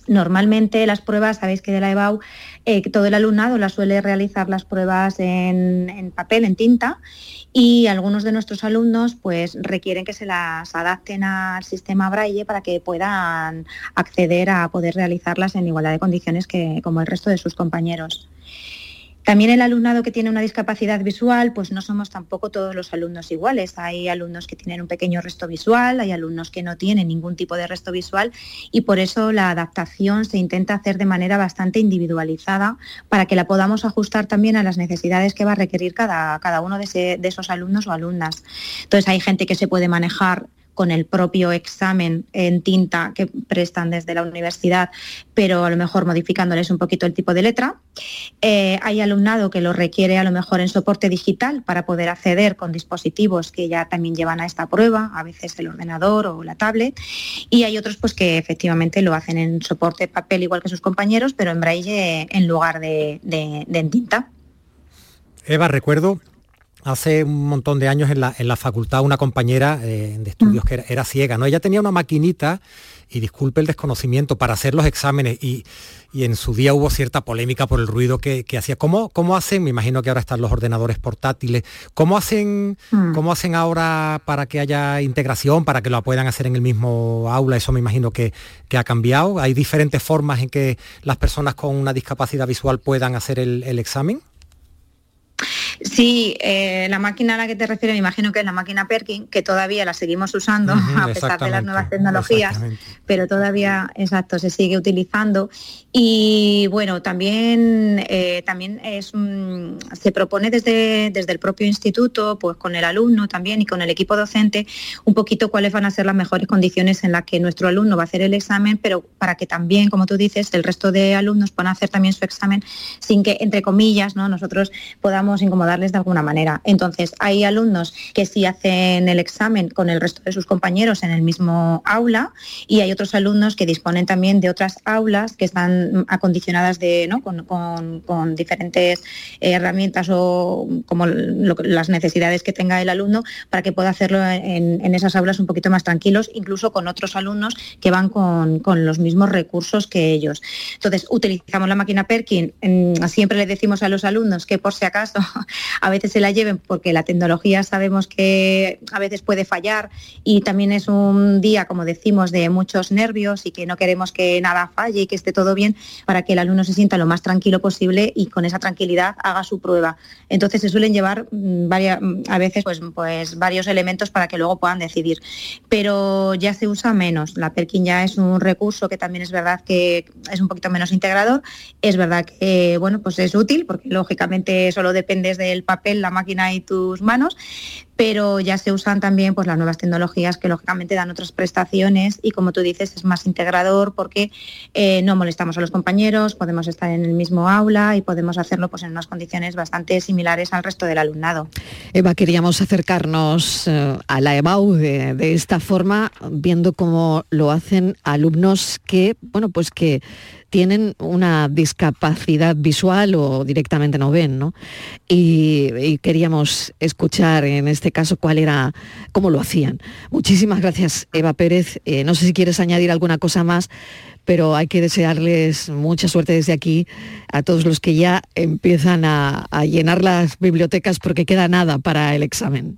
Normalmente las pruebas, sabéis que de la E B A U eh, todo el alumnado las suele realizar las pruebas en, en papel, en tinta, y algunos de nuestros alumnos pues requieren que se las adapten al sistema Braille para que puedan acceder a poder realizarlas en igualdad de condiciones que como el resto de sus compañeros. También el alumnado que tiene una discapacidad visual, pues no somos tampoco todos los alumnos iguales. Hay alumnos que tienen un pequeño resto visual, hay alumnos que no tienen ningún tipo de resto visual y por eso la adaptación se intenta hacer de manera bastante individualizada para que la podamos ajustar también a las necesidades que va a requerir cada, cada uno de, ese, de esos alumnos o alumnas. Entonces hay gente que se puede manejar con el propio examen en tinta que prestan desde la universidad, pero a lo mejor modificándoles un poquito el tipo de letra. Eh, hay alumnado que lo requiere a lo mejor en soporte digital para poder acceder con dispositivos que ya también llevan a esta prueba, a veces el ordenador o la tablet, y hay otros pues que efectivamente lo hacen en soporte papel igual que sus compañeros, pero en braille en lugar de, de, de en tinta. Eva, recuerdo hace un montón de años en la, en la facultad una compañera eh, de estudios que era, era ciega, ¿no? Ella tenía una maquinita, y disculpe el desconocimiento, para hacer los exámenes y, y en su día hubo cierta polémica por el ruido que, que hacía. ¿Cómo, ¿Cómo hacen? Me imagino que ahora están los ordenadores portátiles. ¿Cómo hacen, mm. ¿Cómo hacen ahora para que haya integración, para que lo puedan hacer en el mismo aula? Eso me imagino que, que ha cambiado. ¿Hay diferentes formas en que las personas con una discapacidad visual puedan hacer el, el examen? Sí, eh, la máquina a la que te refieres me imagino que es la máquina Perkin, que todavía la seguimos usando uh-huh, a pesar de las nuevas tecnologías, pero todavía, exacto, se sigue utilizando. Y bueno, también, eh, también es, mm, se propone desde, desde el propio instituto, pues con el alumno también y con el equipo docente, un poquito cuáles van a ser las mejores condiciones en las que nuestro alumno va a hacer el examen, pero para que también, como tú dices, el resto de alumnos puedan hacer también su examen sin que, entre comillas, ¿no?, nosotros podamos incomodarles de alguna manera. Entonces, hay alumnos que sí hacen el examen con el resto de sus compañeros en el mismo aula y hay otros alumnos que disponen también de otras aulas que están acondicionadas de, ¿no?, con, con, con diferentes herramientas o como lo, las necesidades que tenga el alumno para que pueda hacerlo en, en esas aulas un poquito más tranquilos, incluso con otros alumnos que van con, con los mismos recursos que ellos. Entonces, utilizamos la máquina Perkin. Siempre le decimos a los alumnos que por si acaso a veces se la lleven porque la tecnología sabemos que a veces puede fallar y también es un día, como decimos, de muchos nervios y que no queremos que nada falle y que esté todo bien para que el alumno se sienta lo más tranquilo posible y con esa tranquilidad haga su prueba. Entonces se suelen llevar varias, a veces pues, pues varios elementos para que luego puedan decidir, pero ya se usa menos. La Perkin ya es un recurso que también es verdad que es un poquito menos integrador, es verdad que bueno, pues es útil porque lógicamente solo dependes del papel, la máquina y tus manos, pero ya se usan también pues las nuevas tecnologías que lógicamente dan otras prestaciones y como tú dices es más integrador porque eh, no molestamos a los compañeros, podemos estar en el mismo aula y podemos hacerlo pues en unas condiciones bastante similares al resto del alumnado. Eva, queríamos acercarnos eh, a la E B A U de, de esta forma, viendo cómo lo hacen alumnos que, bueno, pues que tienen una discapacidad visual o directamente no ven, ¿no? Y, y queríamos escuchar en este caso cuál era, cómo lo hacían. Muchísimas gracias, Eva Pérez. Eh, no sé si quieres añadir alguna cosa más, pero hay que desearles mucha suerte desde aquí a todos los que ya empiezan a, a llenar las bibliotecas porque queda nada para el examen.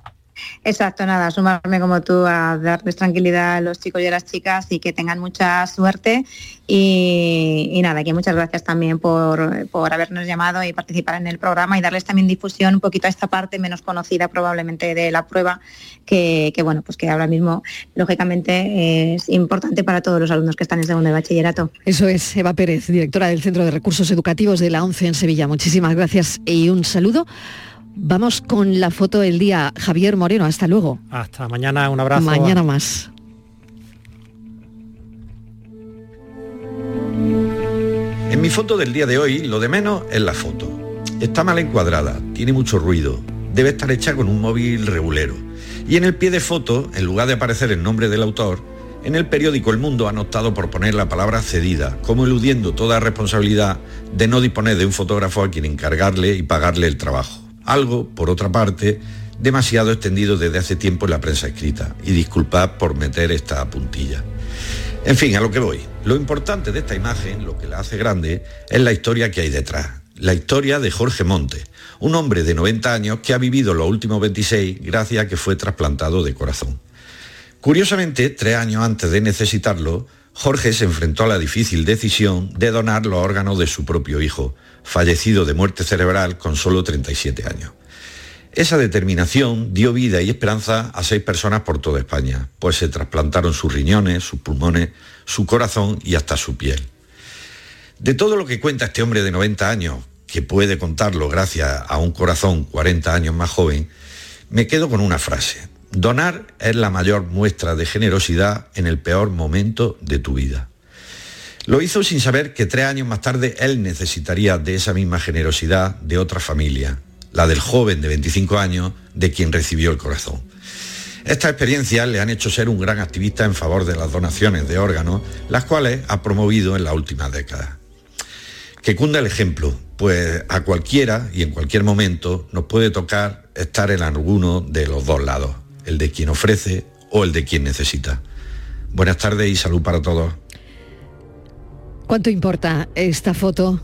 Exacto, nada, sumarme como tú a darles tranquilidad a los chicos y a las chicas y que tengan mucha suerte y, y nada, que muchas gracias también por, por habernos llamado y participar en el programa y darles también difusión un poquito a esta parte menos conocida probablemente de la prueba que, que bueno, pues que ahora mismo lógicamente es importante para todos los alumnos que están en segundo de bachillerato. Eso es, Eva Pérez, directora del Centro de Recursos Educativos de la ONCE en Sevilla. Muchísimas gracias y un saludo. Vamos con la foto del día. Javier Moreno, hasta luego. Hasta mañana, un abrazo. Mañana más. En mi foto del día de hoy, lo de menos es la foto. Está mal encuadrada, tiene mucho ruido, debe estar hecha con un móvil regulero. Y en el pie de foto, en lugar de aparecer el nombre del autor, en el periódico El Mundo han optado por poner la palabra cedida, como eludiendo toda responsabilidad de no disponer de un fotógrafo a quien encargarle y pagarle el trabajo. Algo, por otra parte, demasiado extendido desde hace tiempo en la prensa escrita. Y disculpad por meter esta puntilla. En fin, a lo que voy. Lo importante de esta imagen, lo que la hace grande, es la historia que hay detrás. La historia de Jorge Montes, un hombre de noventa años que ha vivido los últimos veintiséis gracias a que fue trasplantado de corazón. Curiosamente, tres años antes de necesitarlo, Jorge se enfrentó a la difícil decisión de donar los órganos de su propio hijo, fallecido de muerte cerebral con solo treinta y siete años. Esa determinación dio vida y esperanza a seis personas por toda España, pues se trasplantaron sus riñones, sus pulmones, su corazón y hasta su piel. De todo lo que cuenta este hombre de noventa años, que puede contarlo gracias a un corazón cuarenta años más joven, me quedo con una frase: donar es la mayor muestra de generosidad en el peor momento de tu vida. Lo hizo sin saber que tres años más tarde él necesitaría de esa misma generosidad de otra familia, la del joven de veinticinco años de quien recibió el corazón. Estas experiencias le han hecho ser un gran activista en favor de las donaciones de órganos, las cuales ha promovido en las últimas décadas. Que cunda el ejemplo, pues a cualquiera y en cualquier momento nos puede tocar estar en alguno de los dos lados, el de quien ofrece o el de quien necesita. Buenas tardes y salud para todos. ¿Cuánto importa esta foto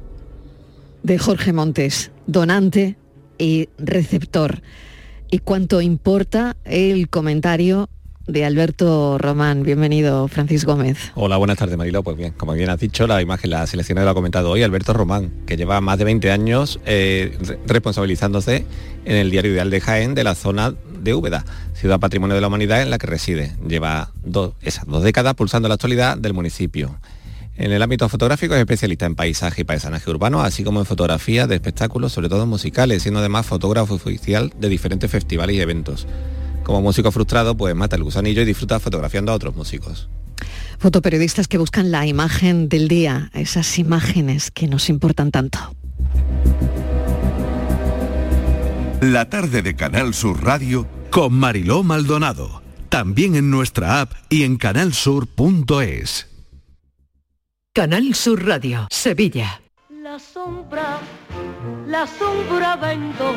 de Jorge Montes, donante y receptor? ¿Y cuánto importa el comentario de Alberto Román? Bienvenido, Francis Gómez. Hola, buenas tardes, Mariló. Pues bien, como bien has dicho, la imagen la seleccionada lo ha comentado hoy Alberto Román, que lleva más de veinte años eh, responsabilizándose en el Diario Ideal de Jaén de la zona de Úbeda, ciudad patrimonio de la humanidad en la que reside. Lleva dos, esas dos décadas pulsando la actualidad del municipio. En el ámbito fotográfico es especialista en paisaje y paisanaje urbano, así como en fotografía de espectáculos, sobre todo musicales, siendo además fotógrafo oficial de diferentes festivales y eventos. Como músico frustrado, pues mata el gusanillo y disfruta fotografiando a otros músicos. Fotoperiodistas que buscan la imagen del día, esas imágenes que nos importan tanto. La tarde de Canal Sur Radio con Mariló Maldonado. También en nuestra app y en canal sur punto es. Canal Sur Radio, Sevilla. La sombra, la sombra vendó.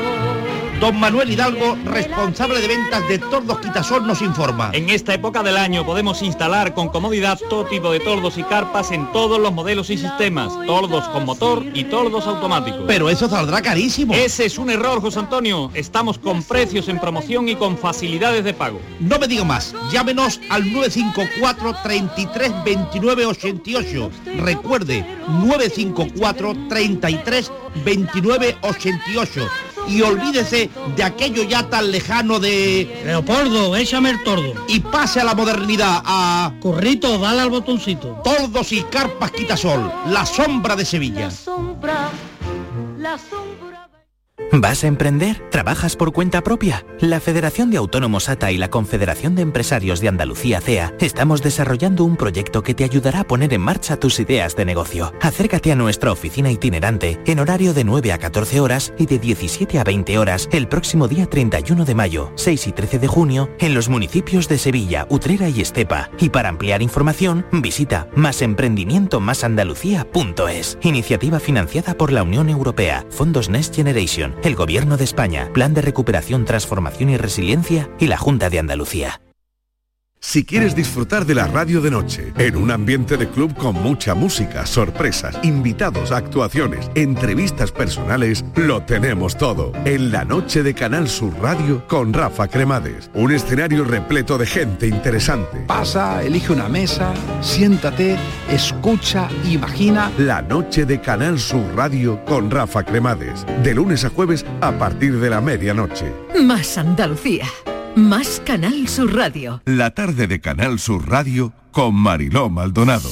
Don Manuel Hidalgo, responsable de ventas de Tordos Quitasol, nos informa. En esta época del año podemos instalar con comodidad todo tipo de tordos y carpas en todos los modelos y sistemas, tordos con motor y tordos automáticos. Pero eso saldrá carísimo. Ese es un error, José Antonio. Estamos con precios en promoción y con facilidades de pago. No me digo más. Llámenos al nueve cinco cuatro, treinta y tres, veintinueve, ochenta y ocho. Recuerde, nueve cinco cuatro, treinta y tres, veintinueve, ochenta y ocho. Y olvídese de aquello ya tan lejano de... Leopoldo, échame el tordo. Y pase a la modernidad, a... Corrito, dale al botoncito. Tordos y carpas Quitasol, la sombra de Sevilla. La sombra, la sombra... ¿Vas a emprender? ¿Trabajas por cuenta propia? La Federación de Autónomos A T A y la Confederación de Empresarios de Andalucía C E A estamos desarrollando un proyecto que te ayudará a poner en marcha tus ideas de negocio. Acércate a nuestra oficina itinerante en horario de nueve a catorce horas y de diecisiete a veinte horas el próximo día treinta y uno de mayo, seis y trece de junio en los municipios de Sevilla, Utrera y Estepa. Y para ampliar información, visita más emprendimiento más andalucía punto es. Iniciativa financiada por la Unión Europea, Fondos Next Generation, el Gobierno de España, Plan de Recuperación, Transformación y Resiliencia y la Junta de Andalucía. Si quieres disfrutar de la radio de noche, en un ambiente de club con mucha música, sorpresas, invitados, actuaciones, entrevistas personales, lo tenemos todo. En la noche de Canal Sur Radio con Rafa Cremades. Un escenario repleto de gente interesante. Pasa, elige una mesa, siéntate, escucha, imagina. La noche de Canal Sur Radio con Rafa Cremades. De lunes a jueves a partir de la medianoche. Más Andalucía. Más Canal Sur Radio. La tarde de Canal Sur Radio con Mariló Maldonado.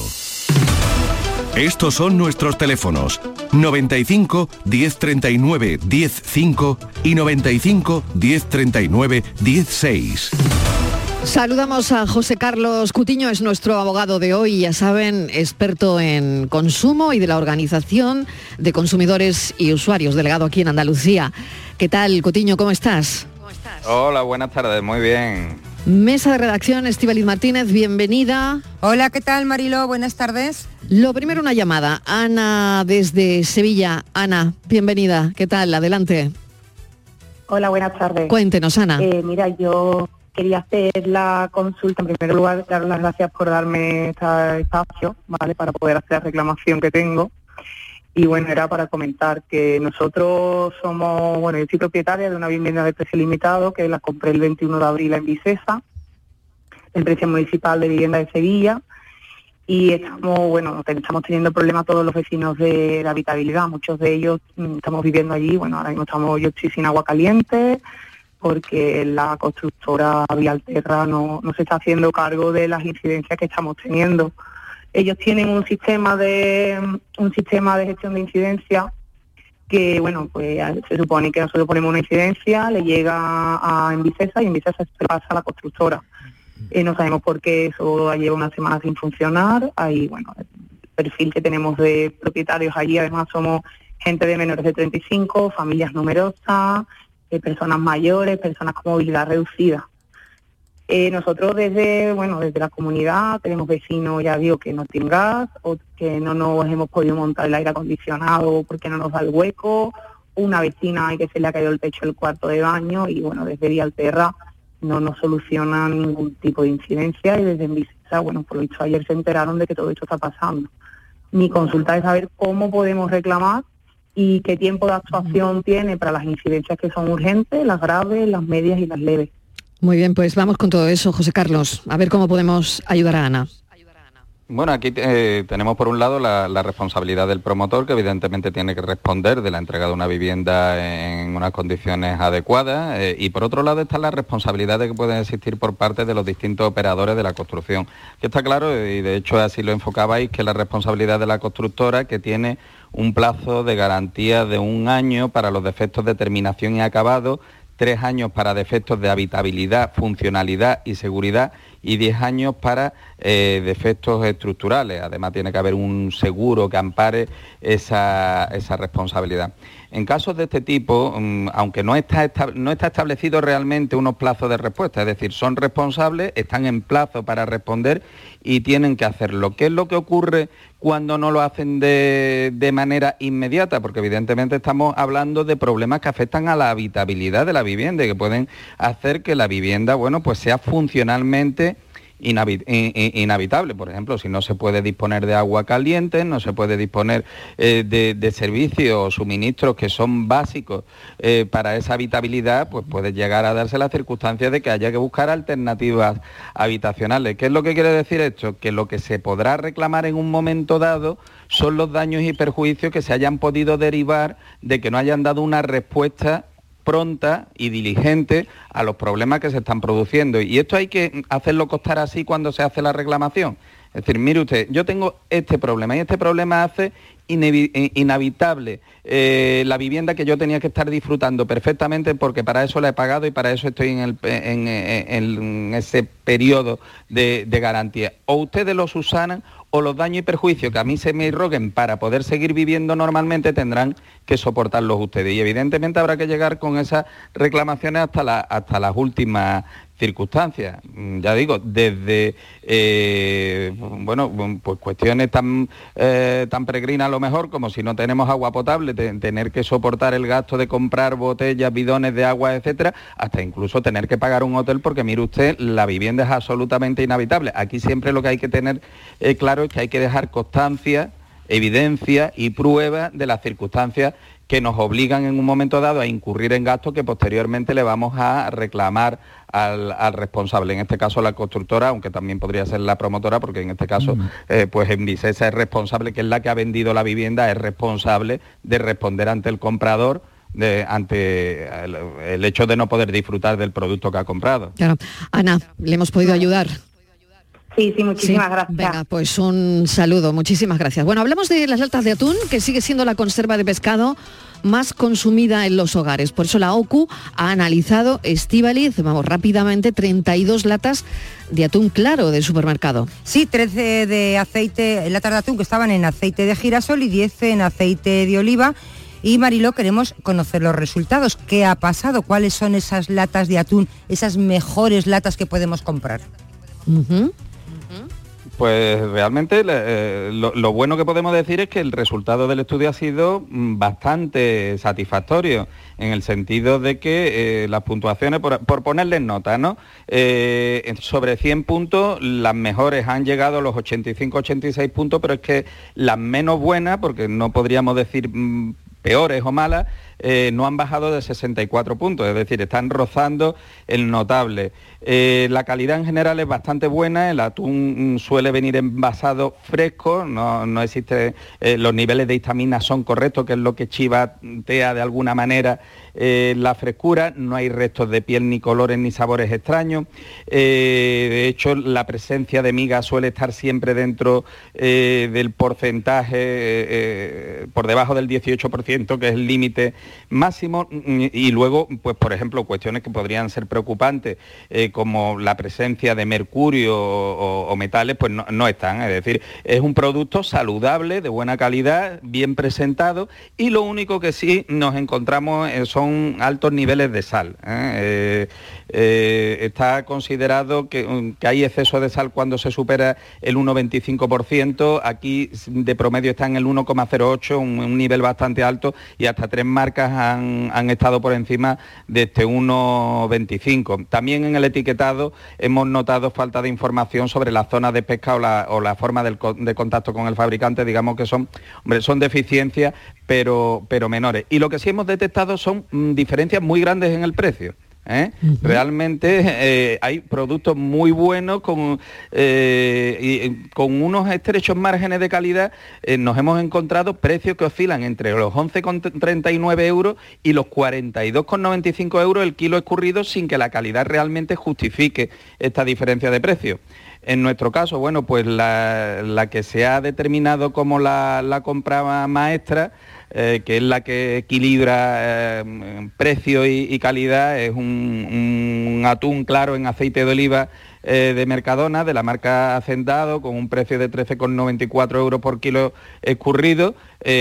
Estos son nuestros teléfonos: noventa y cinco, diez treinta y nueve, diez cinco y noventa y cinco, diez treinta y nueve, diez seis. Saludamos a José Carlos Cutiño, es nuestro abogado de hoy, ya saben, experto en consumo y de la Organización de Consumidores y Usuarios, delegado aquí en Andalucía. ¿Qué tal, Cutiño? ¿Cómo estás? Hola, buenas tardes, muy bien. Mesa de redacción, Estíbaliz Martínez, bienvenida. Hola, ¿qué tal, Mariló? Buenas tardes. Lo primero, una llamada. Ana, desde Sevilla. Ana, bienvenida. ¿Qué tal? Adelante. Hola, buenas tardes. Cuéntenos, Ana. Eh, mira, yo quería hacer la consulta. En primer lugar, dar las gracias por darme este espacio, ¿vale?, para poder hacer la reclamación que tengo. Y bueno, era para comentar que nosotros somos, bueno, yo soy propietaria de una vivienda de precio limitado que la compré el veintiuno de abril en Vicesa, el precio municipal de vivienda de Sevilla, y estamos, bueno, estamos teniendo problemas todos los vecinos de la habitabilidad. Muchos de ellos mm, estamos viviendo allí. Bueno, ahora mismo estamos, yo estoy sin agua caliente porque la constructora Vialterra no, no se está haciendo cargo de las incidencias que estamos teniendo. Ellos tienen un sistema de un sistema de gestión de incidencia que, bueno, pues se supone que nosotros ponemos una incidencia, le llega a Envicesa y Envicesa se pasa a la constructora. Eh, no sabemos por qué eso lleva una semana sin funcionar. Hay, bueno, el perfil que tenemos de propietarios allí, además somos gente de menores de treinta y cinco, familias numerosas, eh, personas mayores, personas con movilidad reducida. Eh, nosotros desde, bueno, desde la comunidad tenemos vecinos, ya digo, que no tienen gas, o que no nos hemos podido montar el aire acondicionado porque no nos da el hueco, una vecina que se le ha caído el techo del cuarto de baño, y bueno, desde Vialterra no nos soluciona ningún tipo de incidencia, y desde Envicesa, bueno, por lo visto ayer se enteraron de que todo esto está pasando. Mi consulta es saber cómo podemos reclamar y qué tiempo de actuación tiene para las incidencias que son urgentes, las graves, las medias y las leves. Muy bien, pues vamos con todo eso, José Carlos, a ver cómo podemos ayudar a Ana. Bueno, aquí eh, tenemos por un lado la, la responsabilidad del promotor, que evidentemente tiene que responder de la entrega de una vivienda en unas condiciones adecuadas, eh, y por otro lado está la responsabilidad de que pueden existir por parte de los distintos operadores de la construcción. Que está claro, y de hecho así lo enfocabais, que la responsabilidad de la constructora, que tiene un plazo de garantía de un año para los defectos de terminación y acabado, tres años para defectos de habitabilidad, funcionalidad y seguridad, y diez años para eh, defectos estructurales. Además tiene que haber un seguro que ampare esa, esa responsabilidad. En casos de este tipo, um, aunque no está, no está establecido realmente unos plazos de respuesta, es decir, son responsables, están en plazo para responder y tienen que hacerlo. ¿Qué es lo que ocurre cuando no lo hacen de, de manera inmediata? Porque evidentemente estamos hablando de problemas que afectan a la habitabilidad de la vivienda y que pueden hacer que la vivienda, bueno, pues sea funcionalmente inhabitable. Por ejemplo, si no se puede disponer de agua caliente, no se puede disponer eh, de, de servicios o suministros que son básicos eh, para esa habitabilidad, pues puede llegar a darse la circunstancia de que haya que buscar alternativas habitacionales. ¿Qué es lo que quiere decir esto? Que lo que se podrá reclamar en un momento dado son los daños y perjuicios que se hayan podido derivar de que no hayan dado una respuesta pronta y diligente a los problemas que se están produciendo. Y esto hay que hacerlo constar así cuando se hace la reclamación. Es decir, mire usted, yo tengo este problema y este problema hace inhabitable eh, la vivienda que yo tenía que estar disfrutando perfectamente, porque para eso la he pagado y para eso estoy en, el, en, en, en ese periodo de, de garantía. O ustedes lo subsanan, o los daños y perjuicios que a mí se me irroguen para poder seguir viviendo normalmente tendrán que soportarlos ustedes. Y evidentemente habrá que llegar con esas reclamaciones hasta, la, hasta las últimas circunstancias. Ya digo, desde eh, bueno, pues cuestiones tan, eh, tan peregrinas a lo mejor como si no tenemos agua potable, te, tener que soportar el gasto de comprar botellas, bidones de agua, etcétera, hasta incluso tener que pagar un hotel porque, mire usted, la vivienda es absolutamente inhabitable. Aquí siempre lo que hay que tener eh, claro es que hay que dejar constancia, evidencia y prueba de las circunstancias que nos obligan en un momento dado a incurrir en gastos que posteriormente le vamos a reclamar al, al responsable, en este caso la constructora, aunque también podría ser la promotora, porque en este caso mm. eh, pues Envicesa es responsable, que es la que ha vendido la vivienda, es responsable de responder ante el comprador de, ante el, el hecho de no poder disfrutar del producto que ha comprado. Claro. Ana, ¿le hemos podido ayudar? Sí, sí, muchísimas sí. gracias. Venga, pues un saludo, muchísimas gracias. Bueno, hablamos de las latas de atún, que sigue siendo la conserva de pescado más consumida en los hogares. Por eso la O C U ha analizado, Estíbaliz, vamos rápidamente, treinta y dos latas de atún claro del supermercado. Sí, trece de aceite, latas de atún que estaban en aceite de girasol y diez en aceite de oliva. Y Mariló, queremos conocer los resultados. ¿Qué ha pasado? ¿Cuáles son esas latas de atún, esas mejores latas que podemos comprar? Uh-huh. Pues realmente eh, lo, lo bueno que podemos decir es que el resultado del estudio ha sido bastante satisfactorio, en el sentido de que eh, las puntuaciones, por, por ponerles nota, ¿no? Eh, sobre cien puntos, las mejores han llegado a los ochenta y cinco ochenta y seis puntos, pero es que las menos buenas, porque no podríamos decir mmm, peores o malas, eh, no han bajado de sesenta y cuatro puntos, es decir, están rozando el notable. Eh, la calidad en general es bastante buena, el atún suele venir envasado fresco, no, no existe, eh, los niveles de histamina son correctos, que es lo que chivatea de alguna manera eh, la frescura, no hay restos de piel, ni colores, ni sabores extraños. Eh, de hecho, la presencia de miga suele estar siempre dentro eh, del porcentaje, eh, por debajo del dieciocho por ciento, que es el límite máximo, y luego, pues por ejemplo, cuestiones que podrían ser preocupantes, eh, como la presencia de mercurio o, o metales, pues no, no están. Es decir, es un producto saludable, de buena calidad, bien presentado, y lo único que sí nos encontramos eh, son altos niveles de sal. ¿eh? Eh, eh, está considerado que, que hay exceso de sal cuando se supera el uno coma veinticinco por ciento, aquí de promedio está en el uno coma cero ocho, un, un nivel bastante alto, y hasta tres marcas han, han estado por encima de este uno coma veinticinco. También en el etiquetado hemos notado falta de información sobre la zona de pesca o la, o la forma del, de contacto con el fabricante, digamos que son, hombre, son deficiencias, pero, pero menores. Y lo que sí hemos detectado son mm, diferencias muy grandes en el precio. ¿Eh? Uh-huh. Realmente eh, hay productos muy buenos con, eh, y, con unos estrechos márgenes de calidad. Eh, nos hemos encontrado precios que oscilan entre los once coma treinta y nueve euros y los cuarenta y dos coma noventa y cinco euros el kilo escurrido, sin que la calidad realmente justifique esta diferencia de precio. En nuestro caso, bueno, pues la, la que se ha determinado como la, la compra maestra, Eh, que es la que equilibra eh, precio y, y calidad, es un, un atún claro en aceite de oliva eh, de Mercadona, de la marca Hacendado, con un precio de trece coma noventa y cuatro euros por kilo escurrido,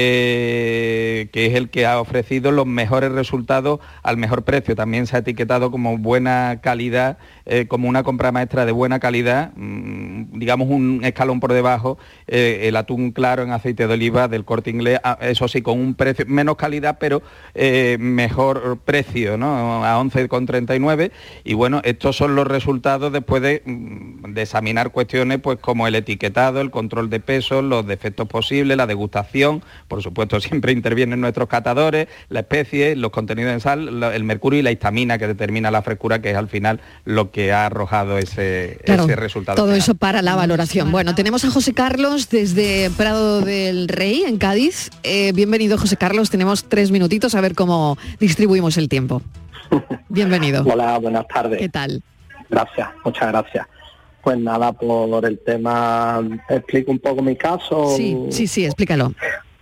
eh, que es el que ha ofrecido los mejores resultados al mejor precio. También se ha etiquetado como buena calidad, eh, como una compra maestra de buena calidad, mmm, digamos un escalón por debajo, eh, el atún claro en aceite de oliva del Corte Inglés, eso sí, con un precio, menos calidad, pero eh, mejor precio, ¿no? A once coma treinta y nueve. Y bueno, estos son los resultados después de, de examinar cuestiones pues como el etiquetado, el control de pesos, los defectos posibles, la degustación. Por supuesto, siempre intervienen nuestros catadores, la especie, los contenidos en sal, el mercurio y la histamina, que determina la frescura, que es al final lo que ha arrojado ese, claro, ese resultado. Todo final. Eso para la valoración. Bueno, tenemos a José Carlos desde Prado del Rey, en Cádiz. Eh, bienvenido, José Carlos. Tenemos tres minutitos a ver cómo distribuimos el tiempo. Bienvenido. Hola, buenas tardes. ¿Qué tal? Gracias, muchas gracias. Pues nada, por el tema, explico un poco mi caso. Sí, sí, sí, explícalo.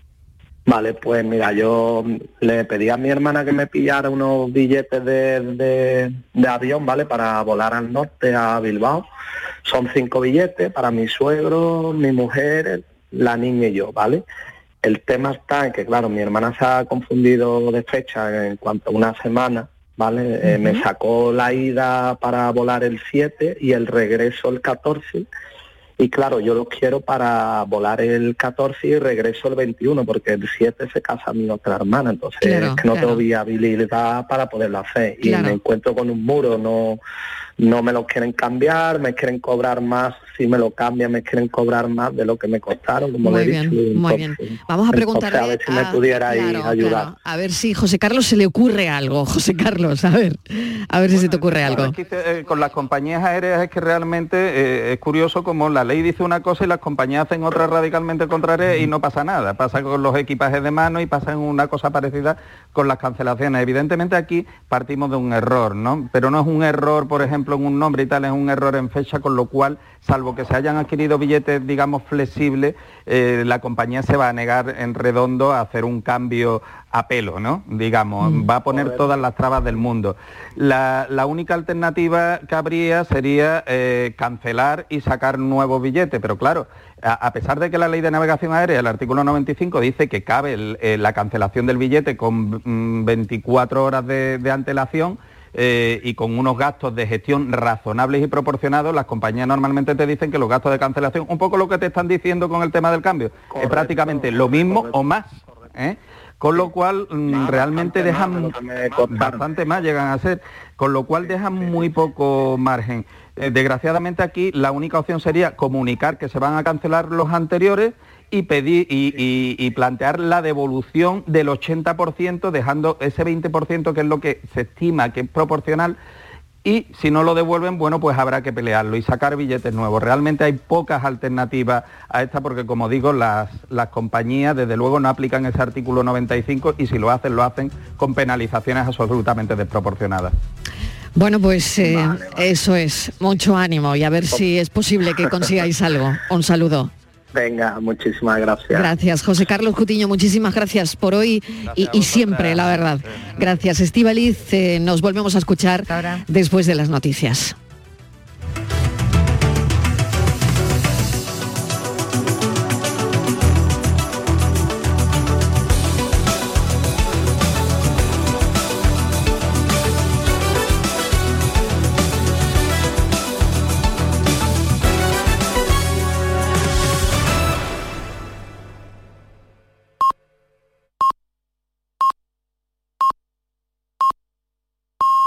Vale, pues mira, yo le pedí a mi hermana que me pillara unos billetes de, de, de avión, ¿vale? Para volar al norte, a Bilbao. Son cinco billetes para mi suegro, mi mujer, la niña y yo, ¿vale? El tema está en que, claro, mi hermana se ha confundido de fecha en cuanto a una semana, ¿vale? Uh-huh. Eh, me sacó la ida para volar el siete y el regreso el catorce. Y claro, yo los quiero para volar el catorce y regreso el veintiuno, porque el siete se casa mi otra hermana, entonces claro, es que no claro. tengo viabilidad para poderlo hacer. Claro. Y me encuentro con un muro, no no me los quieren cambiar, me quieren cobrar más, si me lo cambian me quieren cobrar más de lo que me costaron, como muy le he bien, dicho. Muy entonces, bien, vamos a preguntarle a ver si me pudiera claro, ayudar. Claro. A ver si José Carlos se le ocurre algo, José Carlos, a ver, a ver bueno, si se te ocurre algo. Es que, eh, con las compañías aéreas es que realmente eh, es curioso como la ley dice una cosa y las compañías hacen otra radicalmente contraria y no pasa nada. Pasa con los equipajes de mano y pasa en una cosa parecida con las cancelaciones. Evidentemente aquí partimos de un error, ¿no? Pero no es un error, por ejemplo, en un nombre y tal, es un error en fecha, con lo cual, salvo que se hayan adquirido billetes, digamos, flexibles, eh, la compañía se va a negar en redondo a hacer un cambio a pelo, ¿no? Digamos, mm, va a poner joder. todas las trabas del mundo. La, la única alternativa que habría sería eh, cancelar y sacar nuevos billetes, pero claro, a, a pesar de que la ley de navegación aérea, el artículo noventa y cinco, dice que cabe el, eh, la cancelación del billete con mm, veinticuatro horas de, de antelación, eh, y con unos gastos de gestión razonables y proporcionados, las compañías normalmente te dicen que los gastos de cancelación, un poco lo que te están diciendo con el tema del cambio, correcto, es prácticamente lo mismo correcto, o más, ¿eh? Con lo cual mmm, realmente dejan bastante más, llegan a ser, con lo cual dejan muy poco margen. Eh, desgraciadamente aquí la única opción sería comunicar que se van a cancelar los anteriores y pedir y, y, y plantear la devolución del ochenta por ciento, dejando ese veinte por ciento que es lo que se estima que es proporcional, y si no lo devuelven, bueno, pues habrá que pelearlo y sacar billetes nuevos. Realmente hay pocas alternativas a esta porque, como digo, las, las compañías desde luego no aplican ese artículo noventa y cinco y si lo hacen, lo hacen con penalizaciones absolutamente desproporcionadas. Bueno, pues eh, vale, vale. Eso es, mucho ánimo y a ver si es posible que consigáis algo. Un saludo. Venga, muchísimas gracias. Gracias, José Carlos Cutiño, muchísimas gracias por hoy y, y siempre, la verdad. Gracias, Estíbaliz, eh, nos volvemos a escuchar después de las noticias.